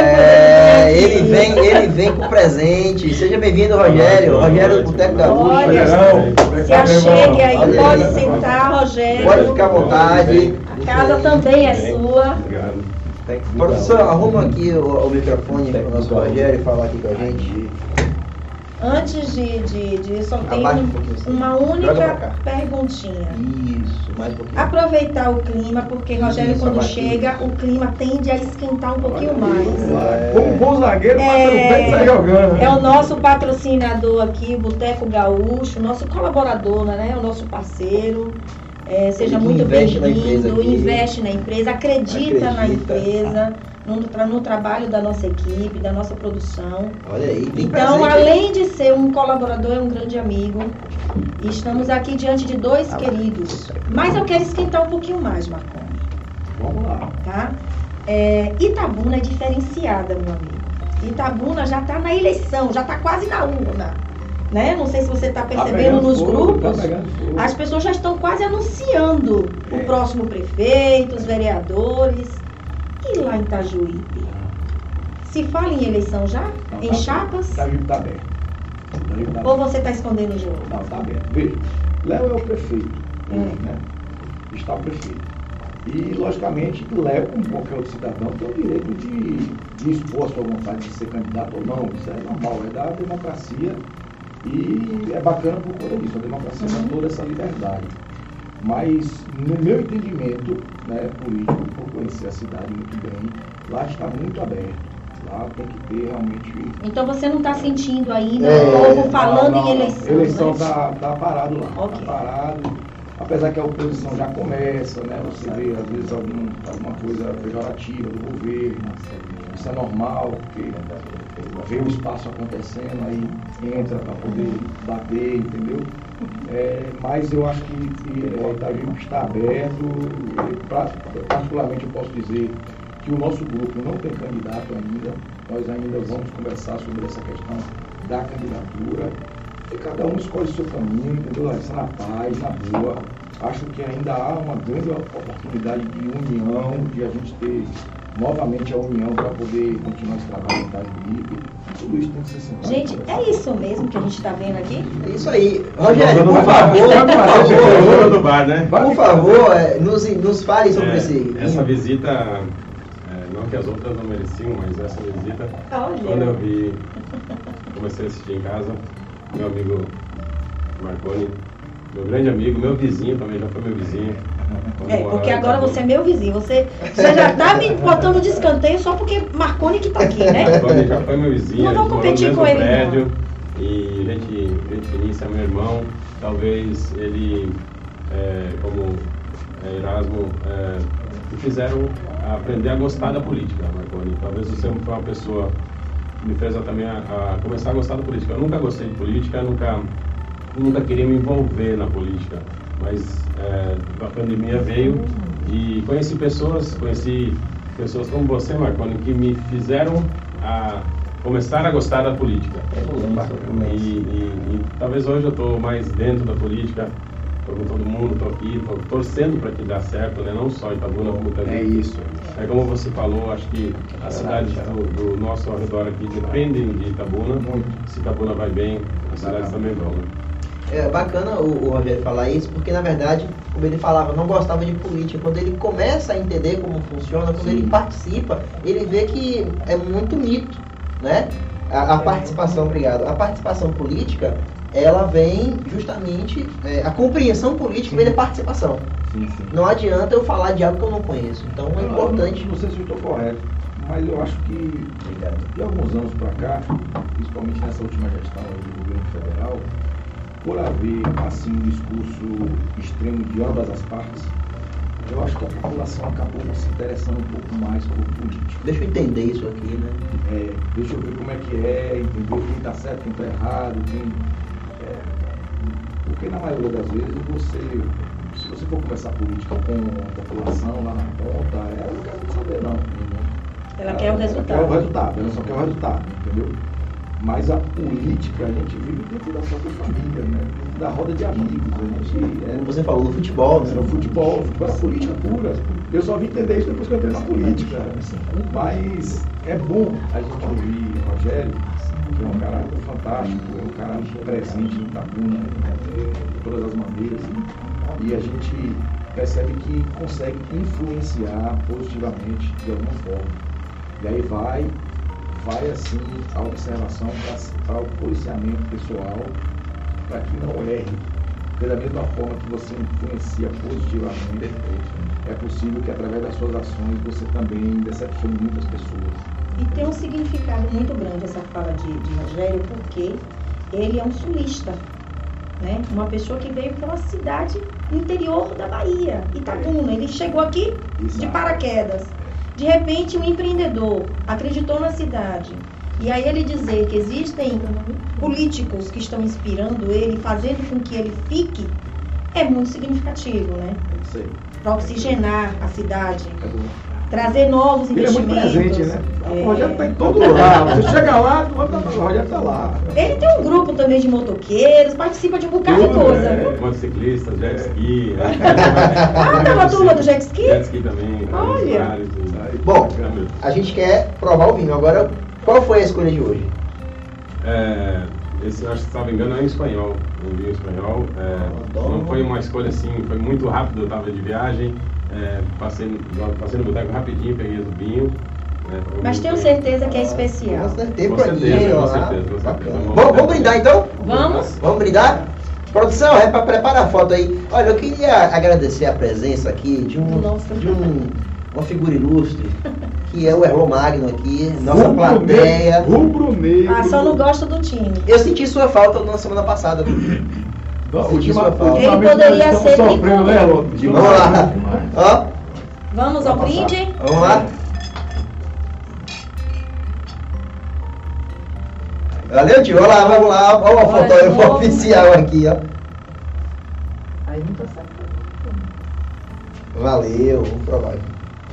ele vem com presente. Seja bem-vindo, Rogério. Rogério do Boteco Gaúcho. Se achegue aí, pode sentar, Rogério. Pode ficar à vontade. A casa também é sua. Obrigado. Produção, arruma aqui o microfone para o nosso Rogério falar aqui com a gente. Antes de só tem uma única perguntinha. Isso, mais um pouquinho. Aproveitar o clima, porque Rogério, quando chega, o clima tende a esquentar um pouquinho mais. Como bom zagueiro, mata no pé e sai jogando. É o nosso patrocinador aqui, o Boteco Gaúcho, nosso colaborador, né? O nosso parceiro. Seja muito bem-vindo, investe na empresa, acredita na empresa, no trabalho da nossa equipe, da nossa produção. Olha aí, tem então, presente, além de ser um colaborador, é um grande amigo. E estamos aqui diante de dois queridos. Mas eu quero esquentar um pouquinho mais, Marconi. Vamos lá. Tá? Itabuna é diferenciada, meu amigo. Itabuna já está na eleição, já está quase na urna. Né? Não sei se você está percebendo nos grupos, as pessoas já estão quase anunciando o próximo prefeito, os vereadores. E lá em Itajuípe? Se fala em eleição já? Não, em chapas? Itajuípe está aberto. Ou você está escondendo o jogo? Não, está aberto. Veja, Léo é o prefeito, né? Está o prefeito. E, logicamente, Léo, como qualquer outro cidadão, tem o direito de expor a sua vontade de ser candidato ou não. Isso é normal, é da democracia. E é bacana por conta disso, a democracia dá toda essa liberdade. Mas, no meu entendimento, né, político, por conhecer a cidade muito bem, lá está muito aberto. Lá tem que ter realmente... Então você não está sentindo ainda o povo falando em eleição? A eleição está parado lá, Okay. Está parado. Apesar que a oposição já começa, né? Você vê, às vezes, alguma coisa pejorativa do governo. Isso é normal, porque vê o espaço acontecendo, aí entra para poder bater, entendeu? Mas eu acho que Itajuípe está aberto. Particularmente eu posso dizer que o nosso grupo não tem candidato ainda. Nós ainda vamos conversar sobre essa questão da candidatura. E cada um escolhe o seu caminho, entendeu? Isso na paz, na boa. Acho que ainda há uma grande oportunidade de união, de a gente ter novamente a união para poder continuar esse trabalho em Itajuípe. Tudo isso tem que ser sentado. Gente, é isso mesmo que a gente está vendo aqui? É isso aí. Rogério, por favor, nos fale sobre esse. Essa visita, que as outras não mereciam, mas essa visita, Olha. quando eu vi, comecei a assistir em casa, meu amigo Marconi, meu grande amigo, meu vizinho também, já foi meu vizinho. Porque agora você é meu vizinho. Você já tá me botando de escanteio só porque Marconi que tá aqui, né? Marconi já foi meu vizinho, Não vou a gente competir morou no com mesmo ele, prédio, e gente finíssima, é meu irmão. Talvez ele, como Erasmo, me fizeram aprender a gostar da política, Marconi. Talvez você foi uma pessoa que me fez também a começar a gostar da política. Eu nunca gostei de política, nunca queria me envolver na política, mas a pandemia veio e conheci pessoas como você, Marconi, que me fizeram a começar a gostar da política. E talvez hoje eu estou mais dentro da política, estou com todo mundo, estou aqui, estou torcendo para que dê certo, né? Não só Itabuna, como também. É isso. É como você falou, acho que as cidades do nosso ao redor aqui dependem de Itabuna. Se Itabuna vai bem, as cidades também vão. Né? É bacana o Rogério falar isso, porque na verdade, como ele falava, não gostava de política. Quando ele começa a entender como funciona, quando ele participa, ele vê que é muito mito, né? A participação, obrigado. A participação política, ela vem justamente, a compreensão política vem da participação. Sim. Não adianta eu falar de algo que eu não conheço. Então é importante. Não sei se eu estou correto, mas eu acho que de alguns anos para cá, principalmente nessa última gestão do governo federal, por haver assim um discurso extremo de ambas as partes, eu acho que a população acabou se interessando um pouco mais por política. Deixa eu entender isso aqui, né? Deixa eu ver como é que entender quem está certo, quem está errado, porque na maioria das vezes se você for conversar política com a população lá na ponta, ela não quer saber não. Ela quer o resultado. Ela quer o resultado, ela só quer o resultado, entendeu? Mas a política a gente vive dentro da própria família, né? Dentro da roda de amigos. Como você falou, no futebol, né? No futebol era política pura. Eu só vim entender isso depois que eu entrei na política. Mas é bom a gente ouvir Rogério, que é um cara fantástico, é um cara presente em Itabuna, de todas as maneiras. E a gente percebe que consegue influenciar positivamente de alguma forma. E aí vai assim a observação para o policiamento pessoal, para que não erre. Porque da mesma forma que você influencia positivamente, é possível que através das suas ações você também decepcione muitas pessoas. E tem um significado muito grande essa fala de Rogério, porque ele é um sulista, né? Uma pessoa que veio para uma cidade interior da Bahia, Itabuna. Ele chegou aqui de paraquedas. De repente, um empreendedor acreditou na cidade. E aí ele dizer que existem políticos que estão inspirando ele, fazendo com que ele fique, é muito significativo, né? Para oxigenar a cidade, trazer novos investimentos. Ele é muito presente, né? O Rogério está em todo lugar. Você chega lá, o Rogério está lá. Ele tem um grupo também de motoqueiros, participa de um bocado de coisa. Motociclistas, jet ski. Tem uma turma do jet ski? Jet ski também. Olha. Bom, a gente quer provar o vinho. Agora, qual foi a escolha de hoje? Esse, acho que, se não me engano, é em espanhol. Um vinho espanhol. Não foi uma escolha assim, foi muito rápido. Eu estava de viagem, passei no boteco rapidinho, peguei o vinho. Mas tenho certeza que é especial. Acertei Com pra certeza, mim, com ó. certeza. Vamos brindar então? Vamos? Vamos brindar? Produção, para preparar a foto aí. Olha, eu queria agradecer a presença aqui de uma figura ilustre, que é o Erlon Magno aqui, nossa plateia. Rubro negro. Só não gosto do time. Eu senti sua falta na semana passada. Ele poderia ser sofrendo, né, Erlon? Vamos lá. Ó. Vamos ao brinde? Vamos lá. Valeu, tio. Olha lá, vamos lá. Olha o fotógrafo oficial aqui, ó. Aí não tô sacando. Valeu, vamos provar aqui.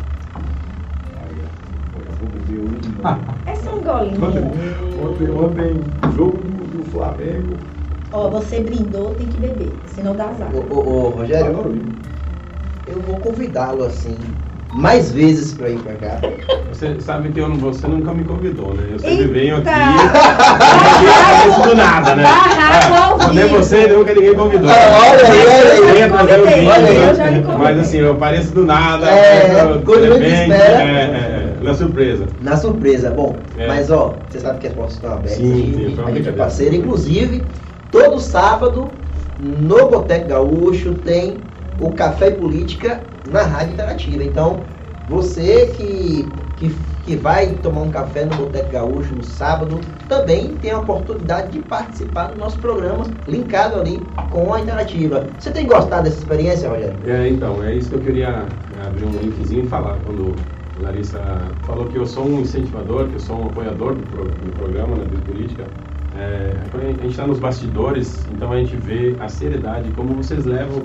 É só um golinho. Ontem, jogo do Flamengo. Ó, você brindou, tem que beber, senão dá azar. Ô, Rogério, eu vou convidá-lo assim, mais vezes pra ir pra cá. Você sabe que você nunca me convidou, né? Eu sempre venho aqui Barraco! e do nada, né? Barraco ao vivo. Nem você, nunca ninguém convidou. Olha aí. Eu já lhe convidei. Mas assim, eu apareço do nada. Quando eu espera. Na surpresa. Na surpresa, bom. É. Mas ó, você sabe que as portas estão abertas. Sim, aí, sim, foi uma a gente é brincadeira. parceiro. Inclusive, todo sábado, no Boteco Gaúcho, tem o Café e Política na Rádio Interativa. Então, você que vai tomar um café no Boteco Gaúcho no sábado, também tem a oportunidade de participar do nosso programa, linkado ali com a Interativa. Você tem gostado dessa experiência, Rogério? Então, é isso que eu queria abrir um linkzinho e falar. Quando a Larissa falou que eu sou um incentivador, que eu sou um apoiador do programa, né, de política, quando a gente está nos bastidores, então a gente vê a seriedade, como vocês levam,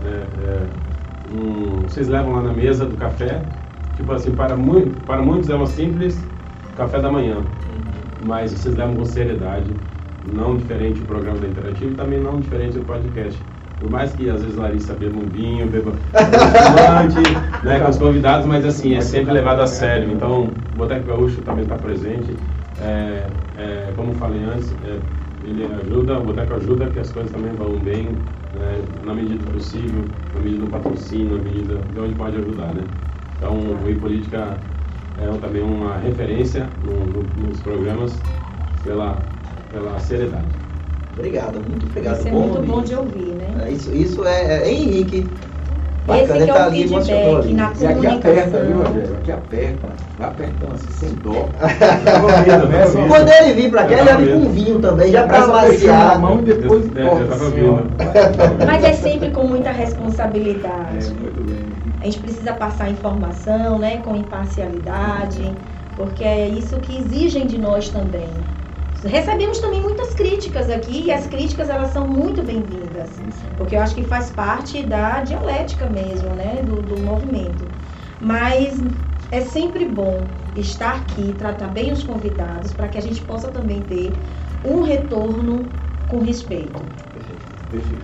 vocês levam lá na mesa do café. Tipo assim, para muitos é uma simples café da manhã, mas vocês levam com seriedade, não diferente do programa da Interativa e também não diferente do podcast. Por mais que às vezes Larissa beba um vinho, beba espumante, né, com os convidados, mas assim, é sempre levado a sério. Então, o Boteco Gaúcho também está presente. Como falei antes, ele ajuda, o Boteco ajuda que as coisas também vão bem, na medida do possível, na medida do patrocínio, na medida de onde pode ajudar, né? Então, o E-Política é também uma referência nos programas pela seriedade. Obrigado, muito obrigado. Isso é muito bom de ouvir, né? Isso é Henrique. Esse que é tá o feedback na E aqui aperta, viu, comunicação. Rogério? Aqui aperta. Vai apertando assim, sem dó. Quando ele vir pra cá, ele vai vir com vinho também, já pra Começa fechando a amaciar. mão e depois Eu corta tava assim, ouvindo. ó. Mas é sempre com muita responsabilidade. Muito bem. A gente precisa passar informação, né, com imparcialidade, porque é isso que exigem de nós também. Recebemos também muitas críticas aqui e as críticas elas são muito bem-vindas, porque eu acho que faz parte da dialética mesmo, né, do movimento. Mas é sempre bom estar aqui, tratar bem os convidados, para que a gente possa também ter um retorno com respeito. Perfeito.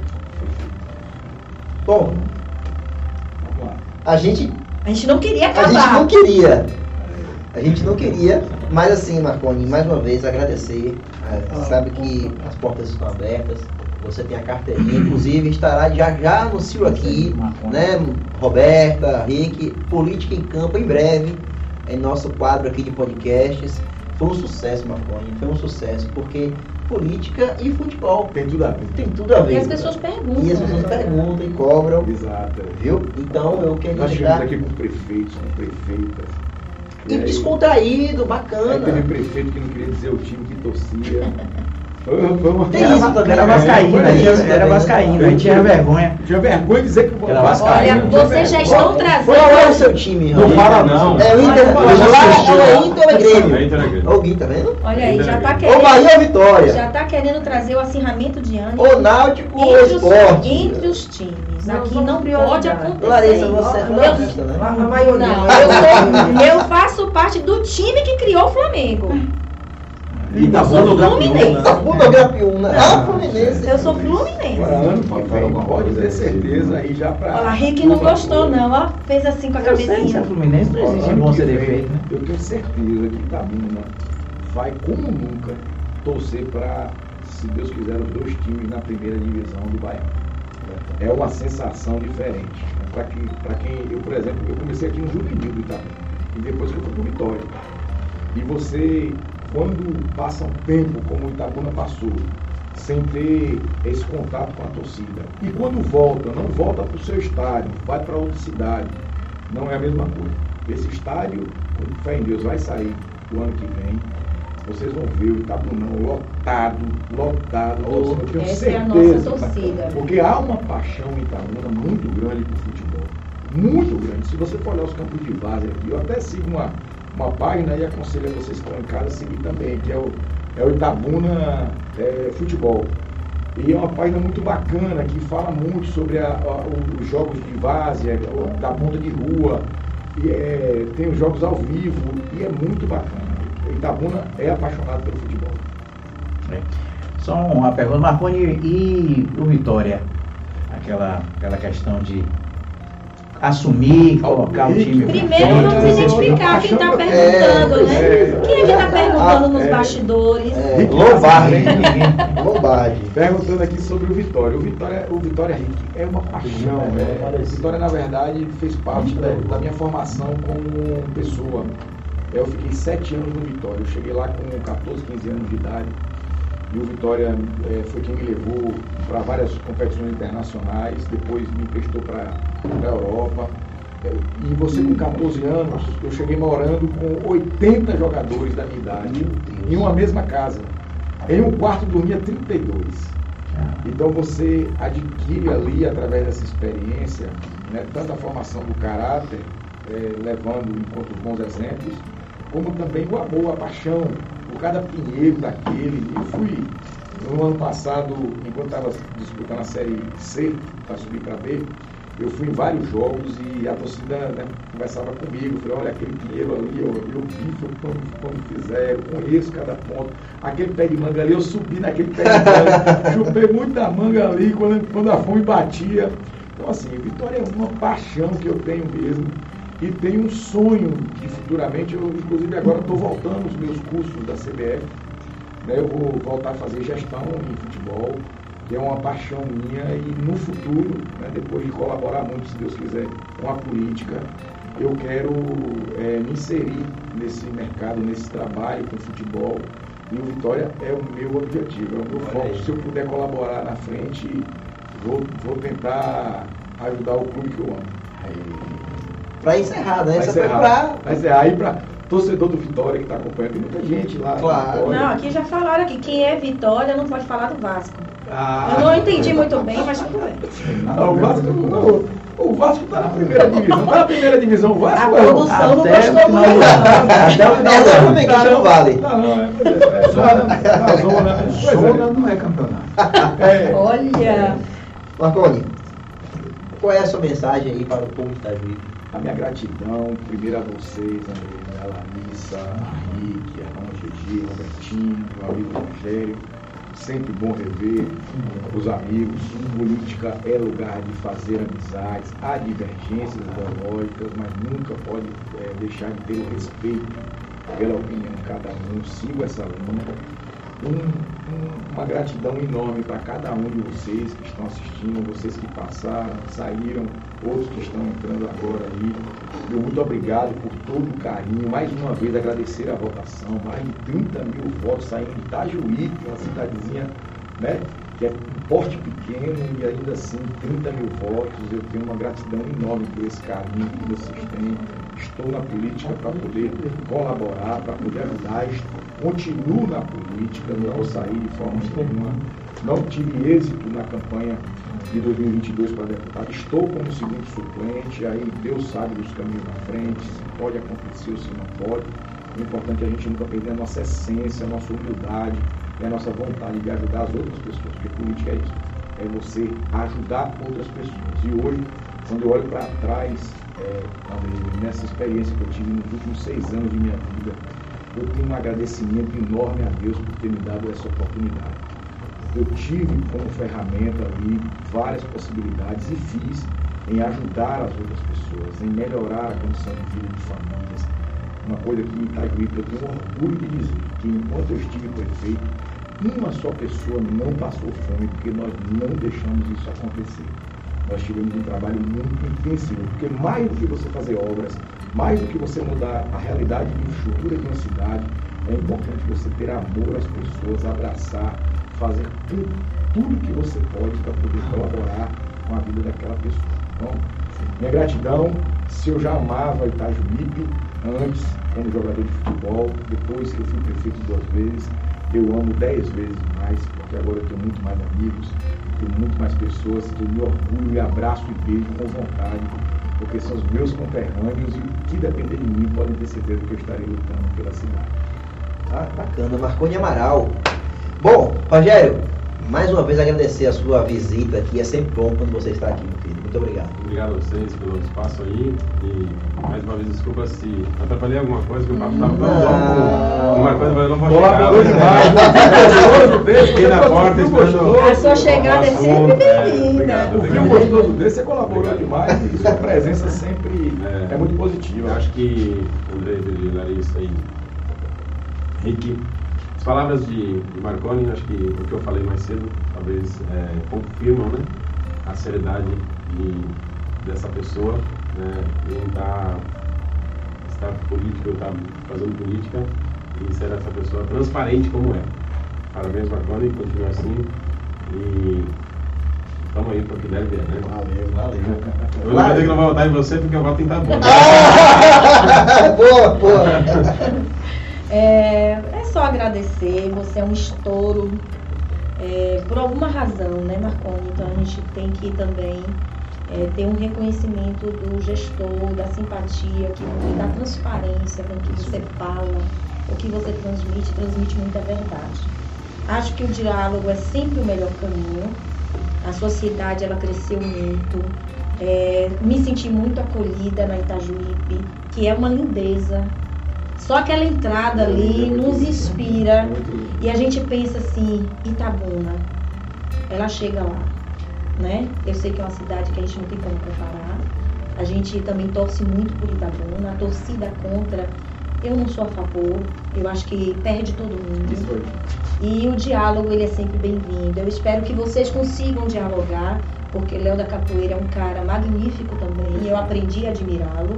Bom, Vamos lá. a gente não queria acabar. A gente não queria, mas assim, Marconi, mais uma vez agradecer. Sabe que as portas estão abertas, você tem a carteirinha, inclusive estará, já anuncio aqui, né, Roberta, Rick, Política em Campo em breve, em nosso quadro aqui de podcasts. Foi um sucesso, Marconi, foi um sucesso, porque política e futebol Tem tudo a ver. tem tudo a ver. E as pessoas perguntam. E as pessoas perguntam e cobram, Exato. viu? Então eu queria Nós estivemos deixar... aqui com prefeitos, com prefeitas. E aí- descontraído, Aí bacana. teve prefeito que não queria dizer o time que torcia. Foi uma... Tem isso também. Era vascaíno, Tem a isso gente também. era vascaíno, a gente tinha vergonha. Tinha vergonha de dizer que o Era vascaíno. Olha, tinha vocês já vergonha. estão trazendo. Qual é o seu time, Não Raul? fala Não. É o Inter, Olha, é Inter ou é Grêmio? É Inter ou Grêmio. Ô, Gui, tá vendo? Olha aí, já tá Ou querendo. Bahia ou Vitória? Já tá querendo trazer o acirramento de ânimo Ou Náutico ou entre Esporte? os times. Não, Aqui vamos não prioridade. pode acontecer. Larissa, você é Eu- flamenguista, né? A maioria. Não, eu faço parte do time que criou o Flamengo. E Eu sou fluminense. Tá puta Grapiúna. Ah, Fluminense. Eu sou fluminense. Agora, ano que vem, pode ter certeza aí já pra... Olha lá, Rick não gostou não, ó. Fez assim com a Eu sei que cabecinha. é Fluminense, não existe Ano bom que ser vem, defeito, né? Eu tenho certeza que Itabuna vai, como nunca, torcer para, se Deus quiser, os dois times na primeira divisão do Baiano. É uma sensação diferente. Para quem, eu, por exemplo, eu comecei aqui no juvenil do Itabuna e depois que eu fui para o Vitória. E você, quando passa um tempo como o Itabuna passou, sem ter esse contato com a torcida, e quando volta, não volta para o seu estádio, vai para outra cidade, não é a mesma coisa. Esse estádio, com fé em Deus, vai sair do ano que vem. Vocês vão ver o Itabunão lotado. Eu tenho Essa é a certeza. nossa torcida. Porque há uma paixão em Itabuna muito grande por futebol. Muito grande. Se você for olhar os campos de várzea aqui, eu até sigo uma página e aconselho a vocês que estão em casa a seguir também, que é o Itabuna Futebol. E é uma página muito bacana, que fala muito sobre os jogos de várzea, da ponta de rua, e, tem os jogos ao vivo, e é muito bacana. Itabuna é apaixonado pelo futebol. Só uma pergunta, Marconi, e o Vitória? Aquela questão de assumir, colocar o time. Primeiro vamos identificar quem está perguntando, né? Quem é que está perguntando nos bastidores? Lombardi. Perguntando aqui sobre o Vitória. O Vitória Rick é uma paixão. O Vitória, na verdade, fez parte da minha formação como pessoa. Eu fiquei 7 anos no Vitória. Eu cheguei lá com 14, 15 anos de idade. E o Vitória foi quem me levou para várias competições internacionais. Depois me emprestou para a Europa. E você com 14 anos, eu cheguei morando com 80 jogadores da minha idade. Em uma mesma casa. Em um quarto dormia 32. Então você adquire ali, através dessa experiência, né, tanto a formação do caráter, levando enquanto bons exemplos, como também o amor, a paixão por cada pinheiro daquele. Eu fui, no ano passado, enquanto estava disputando a Série C, para subir para B, eu fui em vários jogos e a torcida, né, conversava comigo. Falei, olha, aquele pinheiro ali, eu vi quando fizeram, conheço cada ponto. Aquele pé de manga ali, eu subi naquele pé de manga, chupei muito da manga ali quando a fome batia. Então, assim, Vitória é uma paixão que eu tenho mesmo. E tenho um sonho de futuramente, eu inclusive agora estou voltando os meus cursos da CBF, né, eu vou voltar a fazer gestão em futebol, que é uma paixão minha, e no futuro, né, depois de colaborar muito, se Deus quiser, com a política, eu quero me inserir nesse mercado, nesse trabalho com futebol, e o Vitória é o meu objetivo, é o meu foco. Se eu puder colaborar na frente, vou tentar ajudar o clube que eu amo. Para encerrar, né? Para encerrar. Aí para torcedor do Vitória que está acompanhando, tem muita gente lá. Claro. Não, aqui já falaram aqui, quem é Vitória não pode falar do Vasco. Eu não entendi muito bem, mas tudo bem. O Vasco está na primeira divisão. Está na primeira divisão, o Vasco. A produção não gostou muito. Até o final Essa também não vale. Zona não é campeonato. Olha. Marconi, qual é a sua mensagem aí para o povo de Itajuípe? A minha gratidão, primeiro a vocês, a Larissa, a Henrique, a Rama Gigi, Robertinho, meu amigo Rogério. Sempre bom rever os amigos. Política é lugar de fazer amizades. Há divergências ideológicas, mas nunca pode deixar de ter o respeito pela opinião de cada um. Sigo essa linha. Uma gratidão enorme para cada um de vocês que estão assistindo, vocês que passaram, saíram, outros que estão entrando agora aí. Meu muito obrigado por todo o carinho. Mais uma vez agradecer a votação, mais de 30 mil votos saindo de Itajuípe, uma cidadezinha, né, que é um porte pequeno e ainda assim 30 mil votos. Eu tenho uma gratidão enorme por esse carinho que vocês têm. Estou na política para poder colaborar, para poder ajudar. Continuo na política, não vou sair de forma nenhuma. Não tive êxito na campanha de 2022 para deputado. Estou como segundo suplente, aí Deus sabe dos caminhos na frente, se pode acontecer ou se não pode. O importante é a gente nunca perder a nossa essência, a nossa humildade e a nossa vontade de ajudar as outras pessoas, porque política é isso, é você ajudar outras pessoas. E hoje, quando eu olho para trás, nessa experiência que eu tive nos últimos 6 anos de minha vida, eu tenho um agradecimento enorme a Deus por ter me dado essa oportunidade. Eu tive como ferramenta ali várias possibilidades e fiz em ajudar as outras pessoas, em melhorar a condição de vida de famílias. Uma coisa que em Itajuípe eu tenho orgulho de dizer, que enquanto eu estive prefeito, uma só pessoa não passou fome, porque nós não deixamos isso acontecer. Nós tivemos um trabalho muito intensivo, porque mais do que você fazer obras, mais do que você mudar a realidade de infraestrutura de uma cidade, é importante você ter amor às pessoas, abraçar, fazer tudo que você pode para poder colaborar com a vida daquela pessoa. Então, minha gratidão, se eu já amava Itajuípe, antes como jogador de futebol, depois que eu fui prefeito 2 vezes, eu amo 10 vezes mais, porque agora eu tenho muito mais amigos, tenho muito mais pessoas que eu me orgulho e abraço e beijo com vontade, porque são os meus conterrâneos e o que depender de mim podem ter certeza que eu estarei lutando pela cidade. Ah, bacana, Marconi Amaral. Bom, Rogério, mais uma vez agradecer a sua visita aqui, é sempre bom quando você está aqui, meu filho. Muito obrigado. Obrigado a vocês pelo espaço aí e mais uma vez desculpa se atrapalhei alguma coisa, que o papo estava tão bom. Uma coisa, mas eu não vou chegar. Fiquei na porta esperando. A sua chegada é sempre bem-vinda. O filme gostoso desse, você colaborou demais e sua presença sempre é muito positiva. Eu acho que André, Larissa e Henrique, as palavras de Marconi, acho que o que eu falei mais cedo, talvez confirmam, né, a seriedade dessa pessoa, né, em estar político, está fazendo política e ser essa pessoa transparente como é. Parabéns, Marconi, continua assim e estamos aí para o que deve ver, né? Valeu. Eu não vou dizer que não vou votar em você porque eu voto em Itabuna. Boa. É só agradecer, você é um estouro, por alguma razão, né, Marconi? Então a gente tem que também ter um reconhecimento do gestor, da simpatia, da transparência com o que você fala, o que você transmite muita verdade. Acho que o diálogo é sempre o melhor caminho. A sociedade, ela cresceu muito. Me senti muito acolhida na Itajuípe, que é uma lindeza. Só aquela entrada ali nos inspira e a gente pensa assim, Itabuna, ela chega lá, né? Eu sei que é uma cidade que a gente não tem como comparar. A gente também torce muito por Itabuna, a torcida contra, eu não sou a favor, eu acho que perde todo mundo. E o diálogo, ele é sempre bem-vindo. Eu espero que vocês consigam dialogar, porque Léo da Capoeira é um cara magnífico também, eu aprendi a admirá-lo.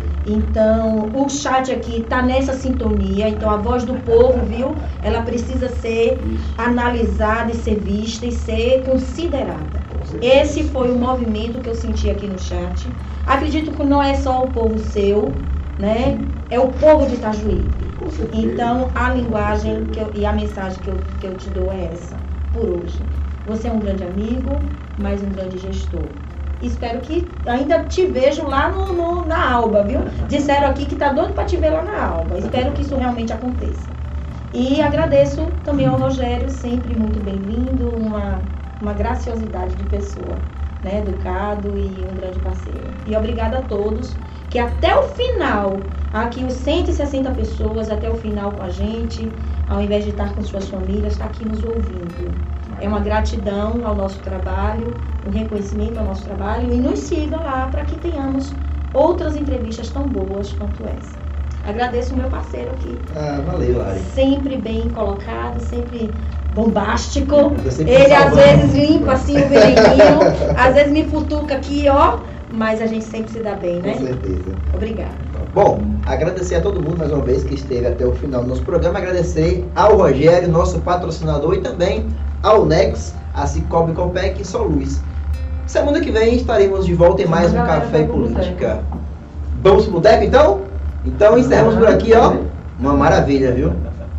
Então, o chat aqui está nessa sintonia, então a voz do povo, viu? Ela precisa ser analisada e ser vista e ser considerada. Esse foi o movimento que eu senti aqui no chat. Acredito que não é só o povo seu, né? É o povo de Itajuípe. Então, a linguagem e a mensagem que eu te dou é essa, por hoje. Você é um grande amigo, mas um grande gestor. Espero que ainda te vejo lá na Alba, viu? Disseram aqui que tá doido para te ver lá na Alba. Espero que isso realmente aconteça. E agradeço também ao Rogério, sempre muito bem-vindo, uma graciosidade de pessoa, né? Educado e um grande parceiro. E obrigada a todos, que até o final, aqui os 160 pessoas, até o final com a gente, ao invés de estar com suas famílias, está aqui nos ouvindo. É uma gratidão ao nosso trabalho, um reconhecimento ao nosso trabalho e nos sigam lá para que tenhamos outras entrevistas tão boas quanto essa. Agradeço o meu parceiro aqui. Valeu, Lari. Sempre bem colocado, sempre bombástico. Sempre Ele salvando. às vezes limpa assim o veneninho, às vezes me futuca aqui, ó, mas a gente sempre se dá bem, né? Com certeza. Obrigada. Bom, agradecer a todo mundo mais uma vez que esteve até o final do nosso programa. Agradecer ao Rogério, nosso patrocinador, e também ao Nex, a Cicobi Copec e Soluz. Semana que vem estaremos de volta em mais um Café e Política. Vamos pro boteco então? Então encerramos por aqui, ó. Uma maravilha, viu?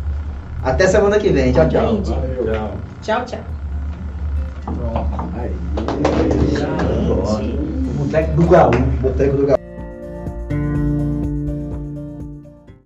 Até semana que vem. Tchau, tchau. Gente. Tchau. Tchau. Pronto. Aí. Gente. O boteco do Gaúcho. Boteco do Gaúcho.